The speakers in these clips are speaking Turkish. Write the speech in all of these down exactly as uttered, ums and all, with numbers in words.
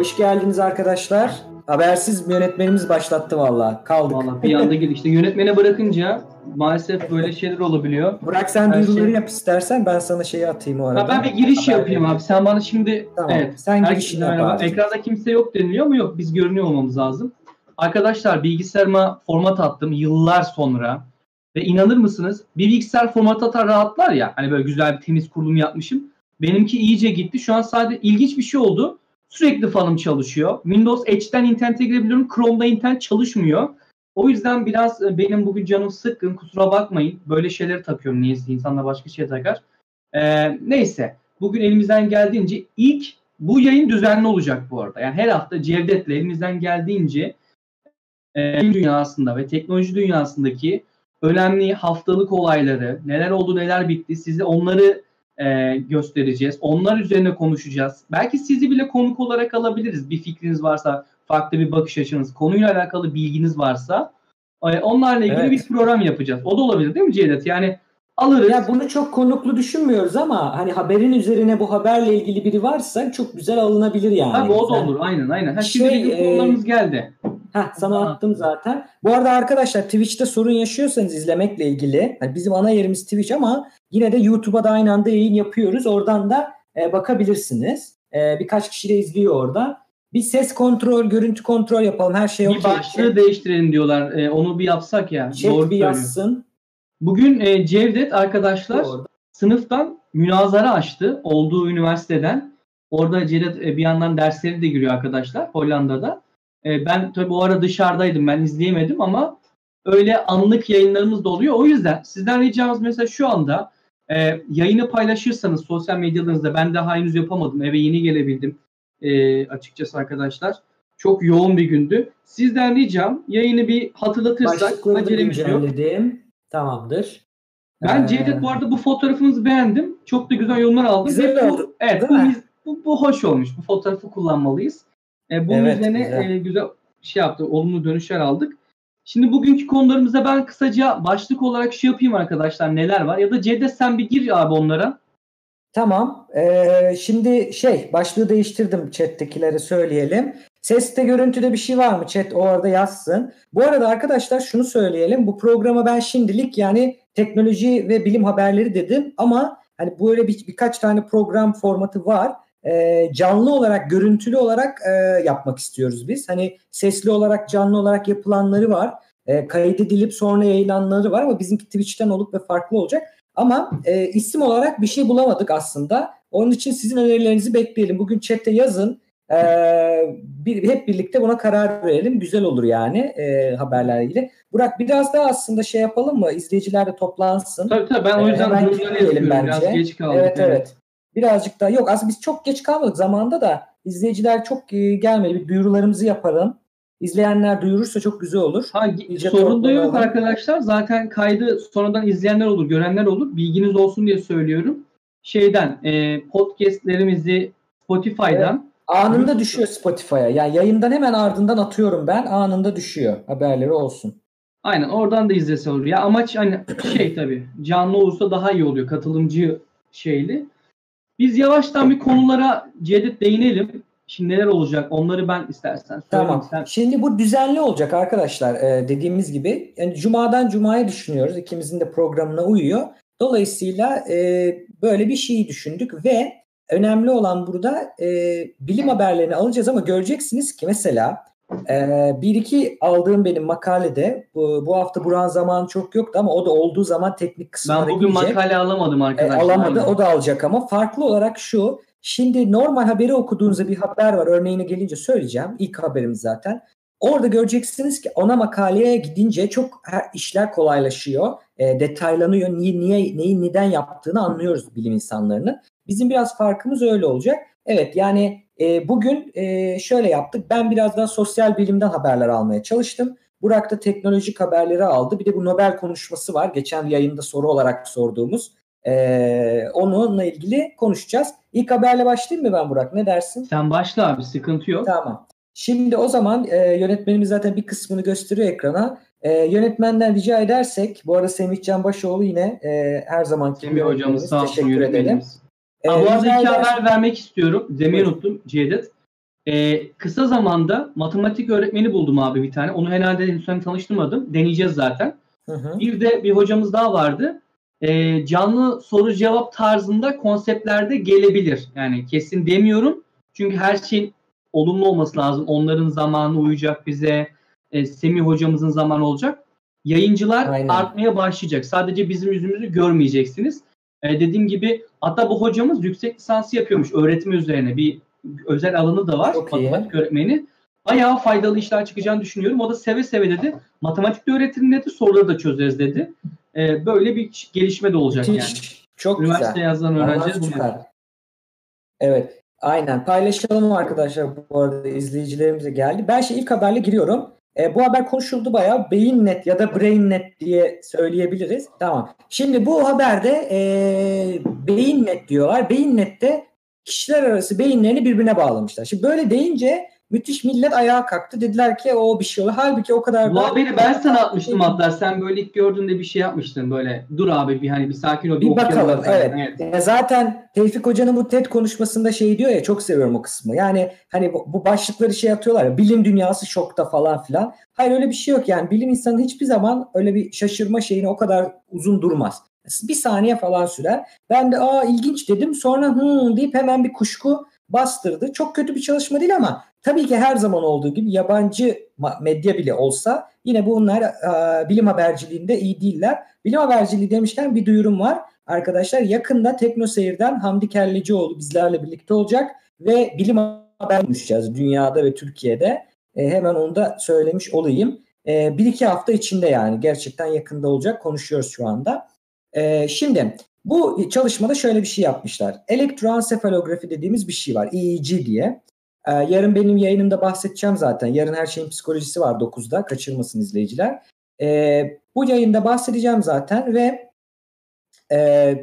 Hoş geldiniz arkadaşlar. Habersiz yönetmenimiz başlattı valla. Kaldık. Valla bir anda geldi. İşte yönetmene bırakınca maalesef böyle şeyler olabiliyor. Burak sen Her duyuruları şey... yap istersen, ben sana şeyi atayım o arada. Ha, ben bir giriş Haber yapayım vereyim. abi. Sen bana şimdi Tamam. evet. Sen girişini yap abi. Ekranda kimse yok deniliyor mu? Yok. Biz görünüyor olmamız lazım. Arkadaşlar bilgisayarıma format attım yıllar sonra. Ve inanır mısınız? Bir bilgisayar format atar rahatlar ya. Hani böyle güzel bir temiz kurulum yapmışım. Benimki iyice gitti. Şu an sadece ilginç bir şey oldu. Sürekli fanım çalışıyor. Windows Edge'den internete girebiliyorum. Chrome'da internet çalışmıyor. O yüzden biraz benim bugün canım sıkkın. Kusura bakmayın. Böyle şeyleri takıyorum. Niyeyse insanlar başka şey takar. Ee, neyse. Bugün elimizden geldiğince ilk bu yayın düzenli olacak bu arada. Yani her hafta Cevdet'le elimizden geldiğince e, dünyasında ve teknoloji dünyasındaki önemli haftalık olayları, neler oldu neler bitti, size onları e, göstereceğiz. Onlar üzerine konuşacağız. Belki sizi bile konuk olarak alabiliriz. Bir fikriniz varsa, farklı bir bakış açınız, konuyla alakalı bilginiz varsa e, onlarla ilgili Evet. bir program yapacağız. O da olabilir değil mi Cevdet? Yani alırız. Ya bunu çok konuklu düşünmüyoruz ama hani haberin üzerine bu haberle ilgili biri varsa çok güzel alınabilir yani. Tabii o da Güzel. olur. Aynen aynen. Ha, Şey, şimdi bizim konularımız e, geldi. Heh, sana attım zaten. Bu arada arkadaşlar Twitch'te sorun yaşıyorsanız izlemekle ilgili, hani bizim ana yerimiz Twitch ama yine de YouTube'a da aynı anda yayın yapıyoruz. Oradan da e, bakabilirsiniz. E, birkaç kişi de izliyor orada. Bir ses kontrol, görüntü kontrol yapalım. Her şey Bir okey. başlığı değiştirelim diyorlar. E, onu bir yapsak ya. Chat Doğru bir söylüyor. yazsın. Bugün e, Cevdet arkadaşlar Doğru. sınıftan münazara açtı olduğu üniversiteden. Orada Cevdet e, bir yandan dersleri de giriyor arkadaşlar Hollanda'da. E, ben tabii o ara dışarıdaydım, ben izleyemedim ama öyle anlık yayınlarımız da oluyor. O yüzden sizden ricamız mesela şu anda e, yayını paylaşırsanız sosyal medyalarınızda, ben daha henüz yapamadım, eve yeni gelebildim e, açıkçası arkadaşlar. Çok yoğun bir gündü. Sizden ricam yayını bir hatırlatırsak. Başlıkları da Acelemiz yok. güncelledim. Tamamdır. Ben Ee, Cevdet bu arada bu fotoğrafınızı beğendim. Çok da güzel yorumlar aldım. Güzel Ve bu, oldu, evet değil bu, mi? bu, bu hoş olmuş. Bu fotoğrafı kullanmalıyız. E, bunun Evet, üzerine güzel. e, güzel şey yaptık. Olumlu dönüşler aldık. Şimdi bugünkü konularımıza ben kısaca başlık olarak şey yapayım arkadaşlar, neler var. Ya da Cevdet sen bir gir abi onlara. Tamam. Ee, şimdi şey başlığı değiştirdim, chat'tekilere söyleyelim. Seste görüntüde bir şey var mı? Chat o arada yazsın. Bu arada arkadaşlar şunu söyleyelim. Bu programa ben şimdilik yani teknoloji ve bilim haberleri dedim ama hani böyle bir, birkaç tane program formatı var. Ee, canlı olarak, görüntülü olarak e, yapmak istiyoruz biz. Hani sesli olarak, canlı olarak yapılanları var. E, kaydedilip sonra yayınlananları var ama bizimki Twitch'ten olup ve farklı olacak. Ama e, isim olarak bir şey bulamadık aslında. Onun için sizin önerilerinizi bekleyelim. Bugün chatte yazın. E, bir, hep birlikte buna karar verelim. Güzel olur yani e, haberlerle ilgili. Burak biraz daha aslında şey yapalım mı? İzleyiciler de toplansın. Tabii tabii ben o yüzden e, duyuruları yapıyorum. Bence. Biraz geç kaldık. Evet, evet evet. Birazcık daha yok aslında biz çok geç kalmadık zamanda da izleyiciler çok e, gelmedi. Bir duyurularımızı yapalım. İzleyenler duyurursa çok güzel olur. Ha, sorun da yok arkadaşlar. Zaten kaydı sonradan izleyenler olur, görenler olur. Bilginiz olsun diye söylüyorum. Şeyden, e, podcastlerimizi Spotify'dan. Evet. Anında düşüyor Spotify'a. Yani yayından hemen ardından atıyorum ben. Anında düşüyor. Haberleri olsun. Aynen oradan da izlese olur. Ya amaç hani şey tabii canlı olursa daha iyi oluyor. Katılımcı şeyli. Biz yavaştan bir konulara Cevdet değinelim. Şimdi neler olacak onları ben istersen söyleyeyim. Tamam. Sen... Şimdi bu düzenli olacak arkadaşlar ee, dediğimiz gibi. Yani Cuma'dan Cuma'ya düşünüyoruz. İkimizin de programına uyuyor. Dolayısıyla e, böyle bir şeyi düşündük ve önemli olan burada e, bilim haberlerini alacağız ama göreceksiniz ki mesela e, bir iki aldığım benim makalede bu, bu hafta Burak'ın zamanı çok yoktu ama o da olduğu zaman teknik kısımlara Ben bugün girecek. makale alamadım arkadaşlar. E, alamadı. O da alacak ama farklı olarak şu. Şimdi normal haberi okuduğunuzda bir haber var. Örneğine gelince söyleyeceğim. İlk haberimiz zaten. Orada göreceksiniz ki ana makaleye gidince çok her işler kolaylaşıyor. E, detaylanıyor. Niye, niye, neyi neden yaptığını anlıyoruz bilim insanlarının. Bizim biraz farkımız öyle olacak. Evet yani e, bugün e, şöyle yaptık. Ben biraz daha sosyal bilimden haberler almaya çalıştım. Burak da teknolojik haberleri aldı. Bir de bu Nobel konuşması var. Geçen yayında soru olarak sorduğumuz. Ee, onunla ilgili konuşacağız. İlk haberle başlayayım mı ben Burak? Ne dersin? Sen başla abi, sıkıntı yok. Tamam. Şimdi o zaman e, yönetmenimiz zaten bir kısmını gösteriyor ekrana. E, yönetmenden rica edersek, bu arada Semih Can Başoğlu yine e, her zamanki Semih hocamız sağ olsun, teşekkür edelim. Ha, E, bu arada iki eder... haber vermek istiyorum. Demeyi unuttum Cevdet. Ee, kısa zamanda matematik öğretmeni buldum abi bir tane. Onu herhalde henüz sen tanıştırmadım. Deneyeceğiz zaten. Hı hı. Bir de bir hocamız daha vardı. Ee, canlı soru cevap tarzında konseptlerde gelebilir. Yani kesin demiyorum. Çünkü her şeyin olumlu olması lazım. Onların zamanı uyacak bize. E, Semih hocamızın zamanı olacak. Yayıncılar Aynen. artmaya başlayacak. Sadece bizim yüzümüzü görmeyeceksiniz. E, dediğim gibi hatta bu hocamız yüksek lisansı yapıyormuş öğretim üzerine. Bir özel alanı da var. Çok Matematik iyi. öğretmeni. Bayağı faydalı işler çıkacağını düşünüyorum. O da seve seve dedi. Matematik de öğretirim dedi. Soruları da çözeriz dedi. E, böyle bir gelişme de olacak Müthiş. yani. Çok Üniversite güzel. yazılan Vallahi öğrenciler bunu süper. yapıyor. Evet. Aynen. Paylaşalım arkadaşlar. Bu arada izleyicilerimize geldi. Ben şey ilk haberle giriyorum. E, bu haber konuşuldu bayağı. BeyinNet ya da BrainNet diye söyleyebiliriz. Tamam. Şimdi bu haberde e, BeyinNet diyorlar. BeyinNet'te kişiler arası beyinlerini birbirine bağlamışlar. Şimdi böyle deyince müthiş millet ayağa kalktı. Dediler ki o bir şey oluyor. Halbuki o kadar Bu da haberi ben sana atmıştım hatta. Sen böyle ilk gördüğünde bir şey yapmıştın böyle. Dur abi bir hani bir sakin ol bir, bir okuyalım bakalım. bakalım. Evet. Evet. Ya zaten Tevfik Hoca'nın bu TED konuşmasında şey diyor ya, çok seviyorum o kısmı. Yani hani bu, bu başlıkları şey atıyorlar ya, bilim dünyası şokta falan filan. Hayır, öyle bir şey yok yani. Bilim insanı hiçbir zaman öyle bir şaşırma şeyini o kadar uzun durmaz. Bir saniye falan sürer. Ben de aa ilginç dedim. Sonra hı deyip hemen bir kuşku bastırdı. Çok kötü bir çalışma değil ama tabii ki her zaman olduğu gibi yabancı medya bile olsa yine bunlar e, bilim haberciliğinde iyi değiller. Bilim haberciliği demişken bir duyurum var. Arkadaşlar yakında TeknoSeyir'den Hamdi Kellecioğlu bizlerle birlikte olacak ve bilim haber konuşacağız dünyada ve Türkiye'de. E, hemen onu da söylemiş olayım. E, bir iki hafta içinde, yani gerçekten yakında olacak, konuşuyoruz şu anda. E, şimdi bu çalışmada şöyle bir şey yapmışlar. Elektroensefalografi dediğimiz bir şey var. E E G diye. Ee, yarın benim yayınımda bahsedeceğim zaten. Yarın Her Şeyin Psikolojisi var dokuzda. Kaçırmasın izleyiciler. Ee, bu yayında bahsedeceğim zaten ve e,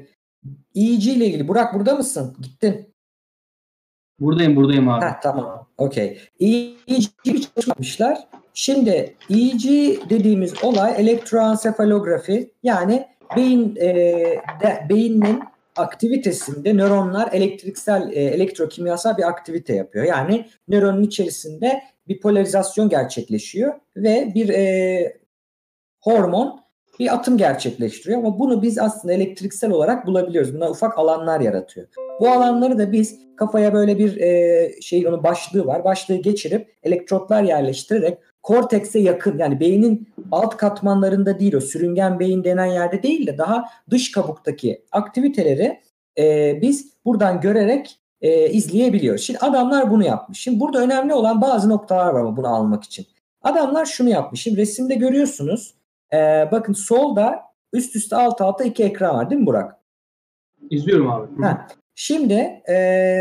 E E G ile ilgili. Burak burada mısın? Gittin. Buradayım buradayım abi. Heh, tamam. Okey. E E G bir çalışma yapmışlar. Şimdi E E G dediğimiz olay elektroensefalografi, yani beyin e, de, beynin aktivitesinde nöronlar elektriksel, e, elektrokimyasal bir aktivite yapıyor. Yani nöronun içerisinde bir polarizasyon gerçekleşiyor ve bir e, hormon bir atım gerçekleştiriyor. Ama bunu biz aslında elektriksel olarak bulabiliyoruz. Bunlar ufak alanlar yaratıyor. Bu alanları da biz kafaya böyle bir e, şeyin onun başlığı var. Başlığı geçirip elektrotlar yerleştirerek kortekse yakın, yani beynin alt katmanlarında değil, o sürüngen beyin denen yerde değil de daha dış kabuktaki aktiviteleri e, biz buradan görerek e, izleyebiliyoruz. Şimdi adamlar bunu yapmış. Şimdi burada önemli olan bazı noktalar var ama bunu almak için. Adamlar şunu yapmış. Şimdi resimde görüyorsunuz. Ee, bakın solda üst üste alt alta iki ekran var değil mi Burak? İzliyorum abi. Ha. Şimdi e,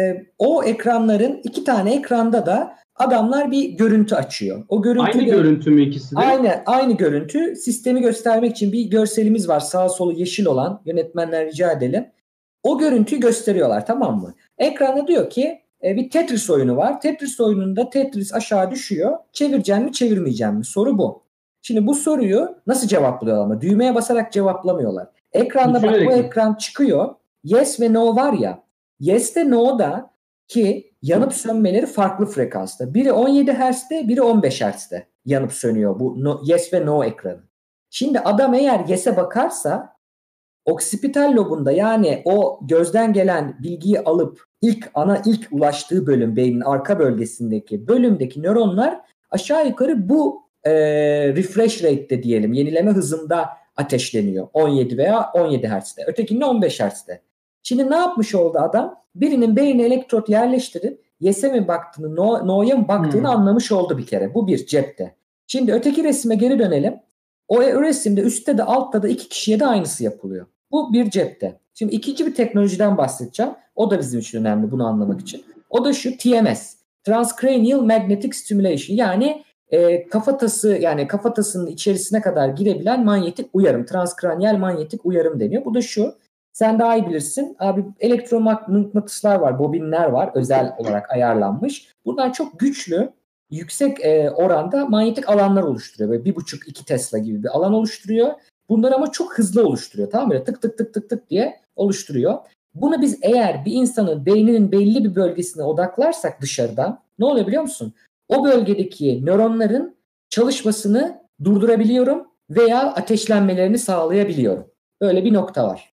o ekranların iki tane ekranda da adamlar bir görüntü açıyor. O görüntü aynı de, görüntü mü ikisi de? Aynı, aynı görüntü. Sistemi göstermek için bir görselimiz var. Sağ solu yeşil olan. Yönetmenler rica edelim. O görüntüyü gösteriyorlar, tamam mı? Ekranda diyor ki e, bir Tetris oyunu var. Tetris oyununda Tetris aşağı düşüyor. Çevireceksin mi çevirmeyeceksin mi? Soru bu. Şimdi bu soruyu nasıl cevaplıyorlar ama? Düğmeye basarak cevaplamıyorlar. Ekranda bak, bu ekran çıkıyor. Yes ve no var ya. Yes ve no'da ki yanıp sönmeleri farklı frekansta. Biri on yedi hertz'te, biri on beş hertz'te yanıp sönüyor bu no, yes ve no ekranı. Şimdi adam eğer yes'e bakarsa oksipital lobunda, yani o gözden gelen bilgiyi alıp ilk ana ilk ulaştığı bölüm, beynin arka bölgesindeki bölümdeki nöronlar aşağı yukarı bu e, refresh rate'de diyelim, yenileme hızında ateşleniyor. on yedi veya on yedi hertz'te. Ötekinin on beş hertz'te. Şimdi ne yapmış oldu adam? Birinin beynine elektrot yerleştirip yes'e mi baktığını, no, no'ya mı baktığını hmm. anlamış oldu bir kere. Bu bir cepte. Şimdi öteki resime geri dönelim. O resimde üstte de altta da iki kişiye de aynısı yapılıyor. Bu bir cepte. Şimdi ikinci bir teknolojiden bahsedeceğim. O da bizim için önemli bunu anlamak için. O da şu T M S. Transcranial Magnetic Stimulation. Yani e, kafatası, yani kafatasının içerisine kadar girebilen manyetik uyarım. Transkranyal manyetik uyarım deniyor. Bu da şu. Sen daha iyi bilirsin. Abi elektromıknatıslar var, bobinler var. Özel olarak ayarlanmış. Bunlar çok güçlü, yüksek e, oranda manyetik alanlar oluşturuyor. Böyle bir buçuk iki Tesla gibi bir alan oluşturuyor. Bunlar ama çok hızlı oluşturuyor. Tamam mı? Tık tık tık tık tık diye oluşturuyor. Bunu biz eğer bir insanın beyninin belli bir bölgesine odaklarsak dışarıdan ne oluyor biliyor musun? O bölgedeki nöronların çalışmasını durdurabiliyorum veya ateşlenmelerini sağlayabiliyorum. Böyle bir nokta var.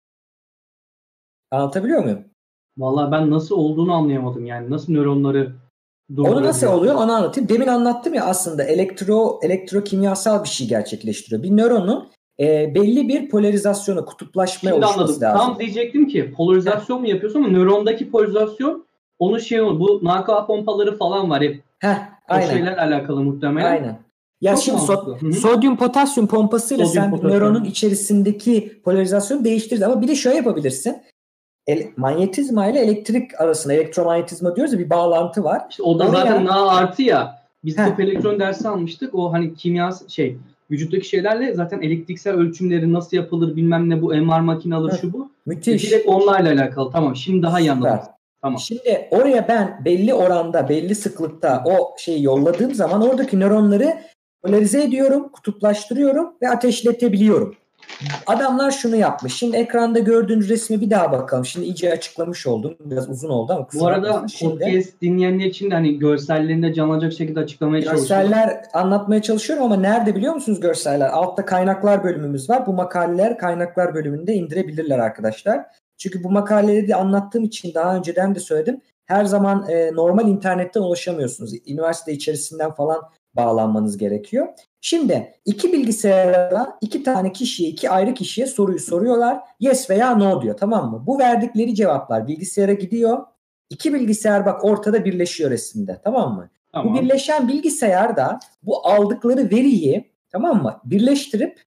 Anlatabiliyor muyum? Vallahi ben nasıl olduğunu anlayamadım yani. Nasıl nöronları Onu nasıl oluyor onu anlatayım. Demin anlattım ya aslında elektro elektrokimyasal bir şey gerçekleştiriyor. Bir nöronun e, belli bir polarizasyona, kutuplaşmaya Şimdi oluşması anladım. lazım. Tam diyecektim ki polarizasyon mu yapıyorsun ama nörondaki polarizasyon onu şey olur. Bu nakava pompaları falan var hep. Heh, o aynen. şeyler alakalı muhtemelen. Aynen. Ya Çok şimdi mantıklı. so- sodyum potasyum pompasıyla Sodyum sen bir potasyum. nöronun içerisindeki polarizasyonu değiştirirsin. Ama bir de şöyle yapabilirsin. El- manyetizma ile elektrik arasında elektromanyetizma diyoruz ya bir bağlantı var. İşte o da Oraya- zaten Na artı ya. Biz Heh. tıp elektron dersi almıştık. O hani kimya şey vücuttaki şeylerle zaten elektriksel ölçümleri nasıl yapılır bilmem ne bu M R makinaları Hı. şu bu. Müthiş. Direkt onlarla alakalı. Tamam. Şimdi daha iyi anladım. Süper. Tamam. Şimdi oraya ben belli oranda, belli sıklıkta o şeyi yolladığım zaman oradaki nöronları polarize ediyorum, kutuplaştırıyorum ve ateşletebiliyorum. Adamlar şunu yapmış. Şimdi ekranda gördüğünüz resmi bir daha bakalım. Şimdi iyice açıklamış oldum. Biraz uzun oldu ama kusura Bu arada bakmasın. Şimdi podcast dinleyenler için de hani görsellerinde canlanacak şekilde açıklamaya çalışıyorum. görseller anlatmaya çalışıyorum ama nerede biliyor musunuz görseller? Altta kaynaklar bölümümüz var. Bu makaleler kaynaklar bölümünde indirebilirler arkadaşlar. Çünkü bu makaleleri de anlattığım için daha önceden de söyledim. Her zaman e, normal internetten ulaşamıyorsunuz. Üniversite içerisinden falan bağlanmanız gerekiyor. Şimdi iki bilgisayara iki tane kişiye, iki ayrı kişiye soruyu soruyorlar. Yes veya no diyor, tamam mı? Bu verdikleri cevaplar bilgisayara gidiyor. İki bilgisayar bak ortada birleşiyor resimde, tamam mı? Tamam. Bu birleşen bilgisayar da bu aldıkları veriyi, tamam mı, birleştirip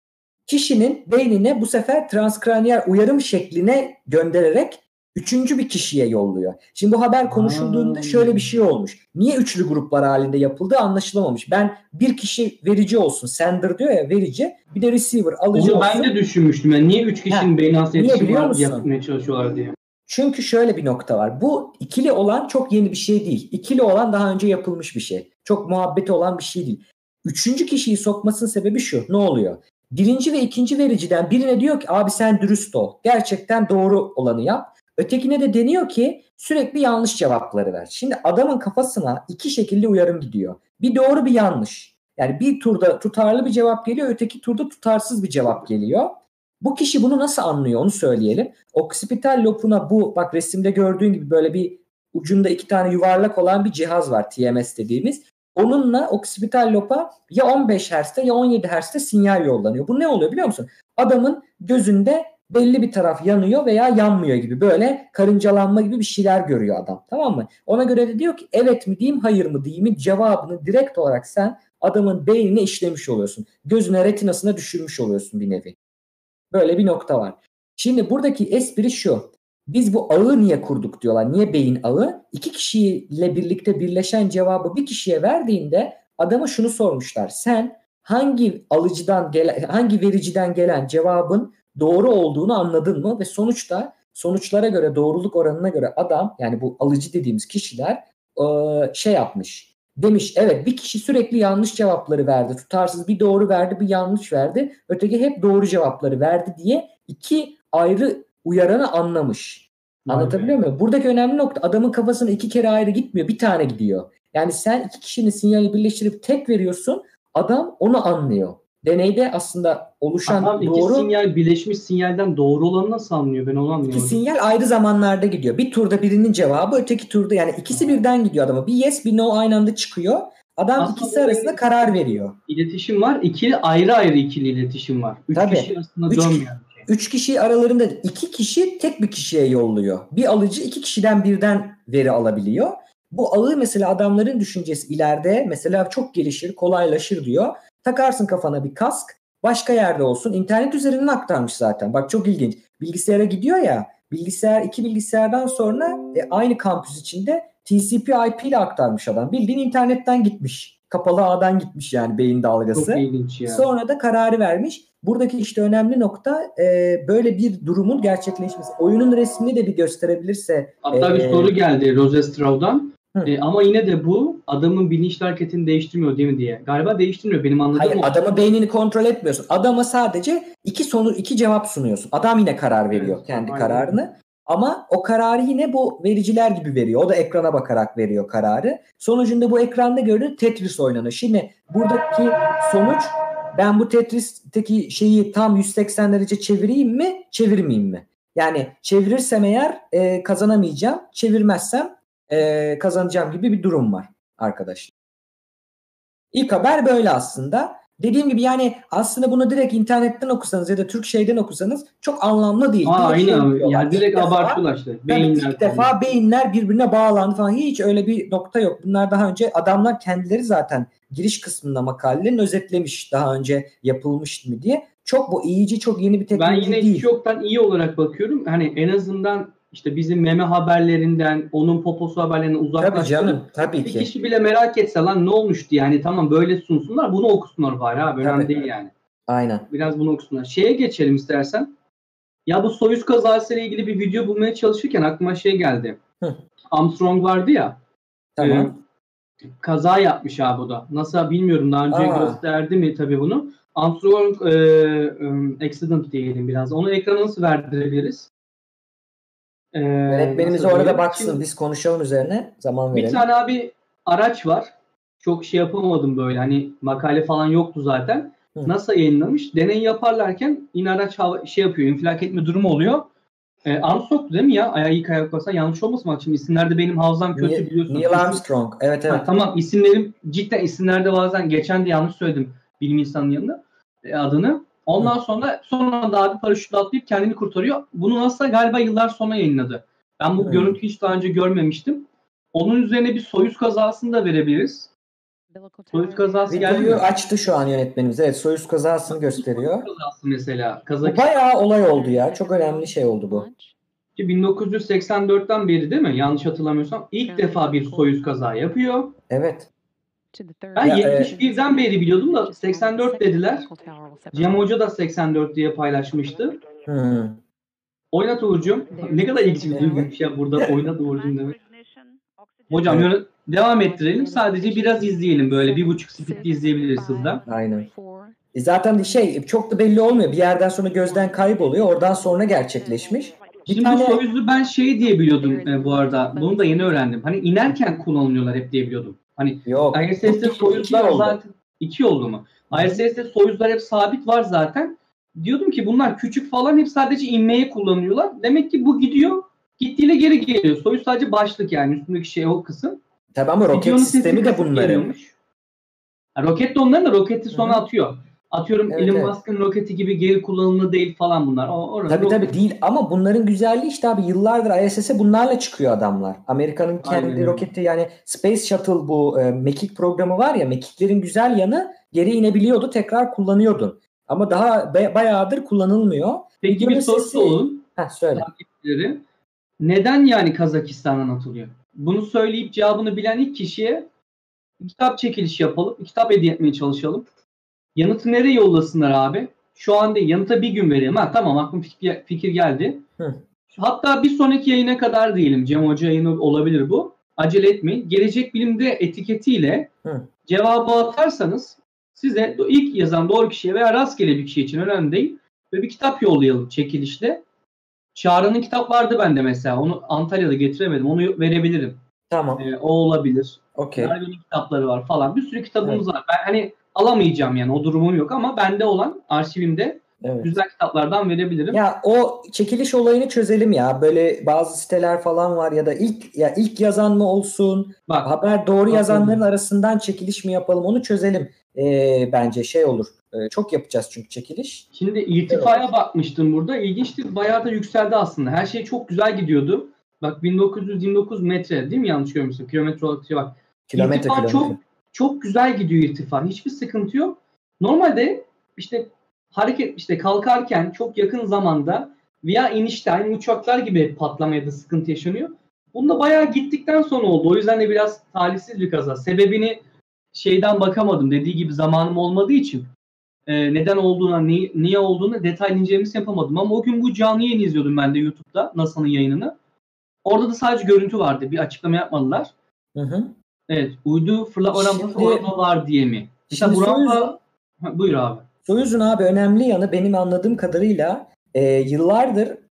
kişinin beynine bu sefer transkraniyel uyarım şekline göndererek üçüncü bir kişiye yolluyor. Şimdi bu haber konuşulduğunda Aa. şöyle bir şey olmuş. Niye üçlü gruplar halinde yapıldığı anlaşılamamış. Ben bir kişi verici olsun, sender diyor ya, verici, bir de receiver alıcı Onu olsun. ben de düşünmüştüm. Yani niye üç kişinin beyin arası Niye iletişimi biliyor var- musun? yapmaya çalışıyorlar diye. Çünkü şöyle bir nokta var. Bu ikili olan çok yeni bir şey değil. İkili olan daha önce yapılmış bir şey. Çok muhabbeti olan bir şey değil. Üçüncü kişiyi sokmasının sebebi şu. Ne oluyor? Birinci ve ikinci vericiden birine diyor ki abi sen dürüst ol. Gerçekten doğru olanı yap. Ötekine de deniyor ki sürekli yanlış cevapları ver. Şimdi adamın kafasına iki şekilde uyarım gidiyor. Bir doğru bir yanlış. Yani bir turda tutarlı bir cevap geliyor. Öteki turda tutarsız bir cevap geliyor. Bu kişi bunu nasıl anlıyor onu söyleyelim. Oksipital lobuna bu bak resimde gördüğün gibi böyle bir ucunda iki tane yuvarlak olan bir cihaz var, T M S dediğimiz. Onunla oksipital loba ya on beş hertzte ya on yedi hertzte sinyal yollanıyor. Bu ne oluyor biliyor musun? Adamın gözünde belli bir taraf yanıyor veya yanmıyor gibi böyle karıncalanma gibi bir şeyler görüyor adam, tamam mı? Ona göre de diyor ki evet mi diyeyim hayır mı diyeyim cevabını direkt olarak sen adamın beynine işlemiş oluyorsun. Gözüne retinasına düşürmüş oluyorsun bir nevi. Böyle bir nokta var. Şimdi buradaki espri şu. Biz bu ağı niye kurduk diyorlar. Niye beyin ağı? İki kişiyle birlikte birleşen cevabı bir kişiye verdiğinde adama şunu sormuşlar. Sen hangi alıcıdan gelen, hangi vericiden gelen cevabın doğru olduğunu anladın mı? Ve sonuçta sonuçlara göre, doğruluk oranına göre adam, yani bu alıcı dediğimiz kişiler şey yapmış. Demiş evet bir kişi sürekli yanlış cevapları verdi. Tutarsız bir doğru verdi, bir yanlış verdi. Öteki hep doğru cevapları verdi diye iki ayrı uyaranı anlamış. Vay Anlatabiliyor muyum? Buradaki önemli nokta adamın kafasına iki kere ayrı gitmiyor. Bir tane gidiyor. Yani sen iki kişinin sinyali birleştirip tek veriyorsun. Adam onu anlıyor. Deneyde aslında oluşan Adam iki doğru sinyal birleşmiş sinyalden doğru olanı nasıl anlıyor? Ben onu iki anlıyorum. sinyal ayrı zamanlarda gidiyor. Bir turda birinin cevabı, öteki turda, yani ikisi birden gidiyor adama. Bir yes bir no aynı anda çıkıyor. Adam Aslında ikisi arasında karar veriyor. İletişim var. İkili ayrı ayrı ikili iletişim var. Üç Tabii. kişi aslında Üç- dönmeyen bir şey. Üç kişi aralarında iki kişi tek bir kişiye yolluyor. Bir alıcı iki kişiden birden veri alabiliyor. Bu ağı mesela adamların düşüncesi ileride mesela çok gelişir, kolaylaşır diyor. Takarsın kafana bir kask, başka yerde olsun. İnternet üzerinden aktarmış zaten. Bak çok ilginç. Bilgisayara gidiyor ya, bilgisayar iki bilgisayardan sonra e, aynı kampüs içinde T C P I P ile aktarmış adam. Bildiğin internetten gitmiş. Kapalı ağdan gitmiş yani beyin dalgası. Çok ilginç ya. Sonra da kararı vermiş. Buradaki işte önemli nokta e, böyle bir durumun gerçekleşmesi. Oyunun resmini de bir gösterebilirse. Hatta bir e, soru geldi Rosestrau'dan. Hı. E, ama yine de bu adamın bilinçli hareketini değiştirmiyor değil mi diye. Galiba değiştirmiyor benim anladığım Hayır, o. adamı beynini kontrol etmiyorsun. Adama sadece iki sonu iki cevap sunuyorsun. Adam yine karar veriyor Evet, kendi aynen. kararını. Ama o kararı yine bu vericiler gibi veriyor. O da ekrana bakarak veriyor kararı. Sonucunda bu ekranda gördüğün Tetris oynanıyor. Şimdi buradaki sonuç, ben bu Tetris'teki şeyi tam yüz seksen derece çevireyim mi, çevirmeyeyim mi? Yani çevirirsem eğer e, kazanamayacağım. Çevirmezsem e, kazanacağım gibi bir durum var arkadaşlar. İlk haber böyle aslında. Dediğim gibi yani aslında bunu direkt internetten okusanız ya da Türk şeyden okusanız çok anlamlı değil. Aa, Direkt aynen. şey Yani direkt abartıyorlar işte. Beyinler ilk defa falan. Beyinler birbirine bağlandı falan. Hiç öyle bir nokta yok. Bunlar daha önce adamlar kendileri zaten giriş kısmında makalelerin özetlemiş. Daha önce yapılmış mı diye. Çok bu iyice çok yeni bir teknoloji değil. Ben yine hiç yoktan iyi olarak bakıyorum. Hani en azından işte bizim meme haberlerinden, onun poposu haberlerinden uzaklaştırıp tabii canım, tabii bir ki. kişi bile merak etse lan ne olmuştu yani, tamam böyle sunsunlar, bunu okusunlar bari abi, önemli değil yani. Aynen. Biraz bunu okusunlar. Şeye geçelim istersen. Ya bu Soyuz kazası ile ilgili bir video bulmaya çalışırken aklıma şey geldi. Hı. Armstrong vardı ya. Tamam. E, kaza yapmış abi o da. NASA bilmiyorum, daha önce Aa. gösterdi mi tabii bunu. Armstrong e, e, accident diyelim biraz. Onu ekrana nasıl verdirebiliriz? Ee, Öğretmenimiz orada baksın. Şimdi, biz konuşalım üzerine. Zaman verelim. Bir tane abi araç var. Çok şey yapamadım böyle. Hani makale falan yoktu zaten. Hı. NASA yayınlamış. Deney yaparlarken yine araç hava, şey yapıyor. İnfilak etme durumu oluyor. Ee, Armstrong'tu değil mi ya? Ayağı ilk ayak basa yanlış olmasın. Bak şimdi isimlerde benim hafızam kötü, Neil, biliyorsun. Neil Armstrong. Evet evet. Ha, tamam, isimlerim cidden, isimlerde bazen geçen de yanlış söyledim bilim insanının yanında e, adını. Ondan Hı. sonra son anda abi paraşütle atlayıp kendini kurtarıyor. Bunu NASA galiba yıllar sonra yayınladı. Ben bu Hı. görüntüyü hiç daha önce görmemiştim. Onun üzerine bir Soyuz kazasını da verebiliriz. Soyuz kazası geldi mi? Videoyu açtı şu an yönetmenimiz. Evet, Soyuz kazasını gösteriyor. Soyuz kazası mesela. Bu bayağı olay oldu ya. Çok önemli şey oldu bu. bin dokuz yüz seksen dörtten beri değil mi? Yanlış hatırlamıyorsam. İlk defa bir Soyuz kaza yapıyor. Evet. Ben ya, yetmiş birden e... beri biliyordum da seksen dört dediler. Cem Hoca da seksen dört diye paylaşmıştı. Hmm. Oynat Uğur'cum. Ne kadar ilginç bir duyguymuş ya burada oynat Uğur'cum demek. Hocam evet. Devam ettirelim. Sadece biraz izleyelim. Böyle bir buçuk speed'de izleyebiliriz hızla. Aynen. E zaten şey çok da belli olmuyor. Bir yerden sonra gözden kayboluyor. Oradan sonra gerçekleşmiş. Bir Şimdi tane... bu Soyuz'u ben şey diye biliyordum e, bu arada. Bunu da yeni öğrendim. Hani inerken kullanılıyorlar hep diye biliyordum. Hani yok. I S S'te Soyuz'lar zaten iki oldu mu? I S S'te Soyuz'lar hep sabit var zaten. Diyordum ki bunlar küçük falan, hep sadece inmeye kullanıyorlar. Demek ki bu gidiyor. Gittiğiyle geri geliyor. Soyuz sadece başlık, yani üstündeki şey o kısım. Tabii ama roket Videonun sistemi de bunların. Yani roket de onların da roketi sonra Hı-hı. atıyor. Atıyorum evet, Elon evet. Musk'ın roketi gibi geri kullanımlı değil falan bunlar. O, tabii roket. Tabii değil ama bunların güzelliği işte abi, yıllardır I S S'e bunlarla çıkıyor adamlar. Amerika'nın kendi Aynen. roketi, yani Space Shuttle, bu e, mekik programı var ya, mekiklerin güzel yanı geri inebiliyordu, tekrar kullanıyordun. Ama daha be, bayağıdır kullanılmıyor. Peki Videonun bir sorusu sesi... olun. Heh, söyle. Neden yani Kazakistan'dan atılıyor? Bunu söyleyip cevabını bilen ilk kişiye kitap çekilişi yapalım. Kitap hediye etmeye çalışalım. Yanıtı nereye yollasınlar abi? Şu an değil. Yanıta bir gün verelim. Ha tamam, aklıma fikir, fikir geldi. Hı. Hatta bir sonraki yayına kadar diyelim. Cem Hoca yayını olabilir bu. Acele etmeyin. Gelecek Bilim'de etiketiyle Hı. cevabı atarsanız size ilk yazan doğru kişiye veya rastgele bir kişi için, önemli değil, ve bir kitap yollayalım çekilişle. Çağrı'nın kitap vardı bende mesela. Onu Antalya'da getiremedim. Onu verebilirim. Tamam. Ee, o olabilir. Okay. Merve'nin kitapları var falan. Bir sürü kitabımız evet. var. Ben hani alamayacağım yani, o durumum yok ama bende olan arşivimde evet. güzel kitaplardan verebilirim. Ya o çekiliş olayını çözelim ya. Böyle bazı siteler falan var ya da ilk ya ilk yazan mı olsun? Bak, haber doğru bak, yazanların bak. arasından çekiliş mi yapalım? Onu çözelim. Ee, bence şey olur. Ee, çok yapacağız çünkü çekiliş. Şimdi irtifaya evet. bakmıştım burada. İlginçtir. Bayağı da yükseldi aslında. Her şey çok güzel gidiyordu. Bak bin dokuz yüz yirmi dokuz metre değil mi? Yanlış görmüşsün. Kilometre olarak şey bak. Kilometre, irtifa kilometre. çok çok güzel gidiyor irtifa. Hiçbir sıkıntı yok. Normalde işte hareket işte kalkarken çok yakın zamanda veya inişte aynı uçaklar gibi patlamaya da sıkıntı yaşanıyor. Bunda bayağı gittikten sonra oldu. O yüzden de biraz talihsiz bir kaza. Sebebini şeyden bakamadım. Dediği gibi zamanım olmadığı için e, neden olduğuna, niye, niye olduğunu detaylı incelemesi yapamadım. Ama o gün bu canlı yayını izliyordum ben de YouTube'da, NASA'nın yayınını. Orada da sadece görüntü vardı. Bir açıklama yapmadılar. Hı hı. Evet. Uydu fırlatma oranı var diye mi? İşte bu rampa... Buyur abi. Soyuz'un abi önemli yanı benim anladığım kadarıyla e, yıllardır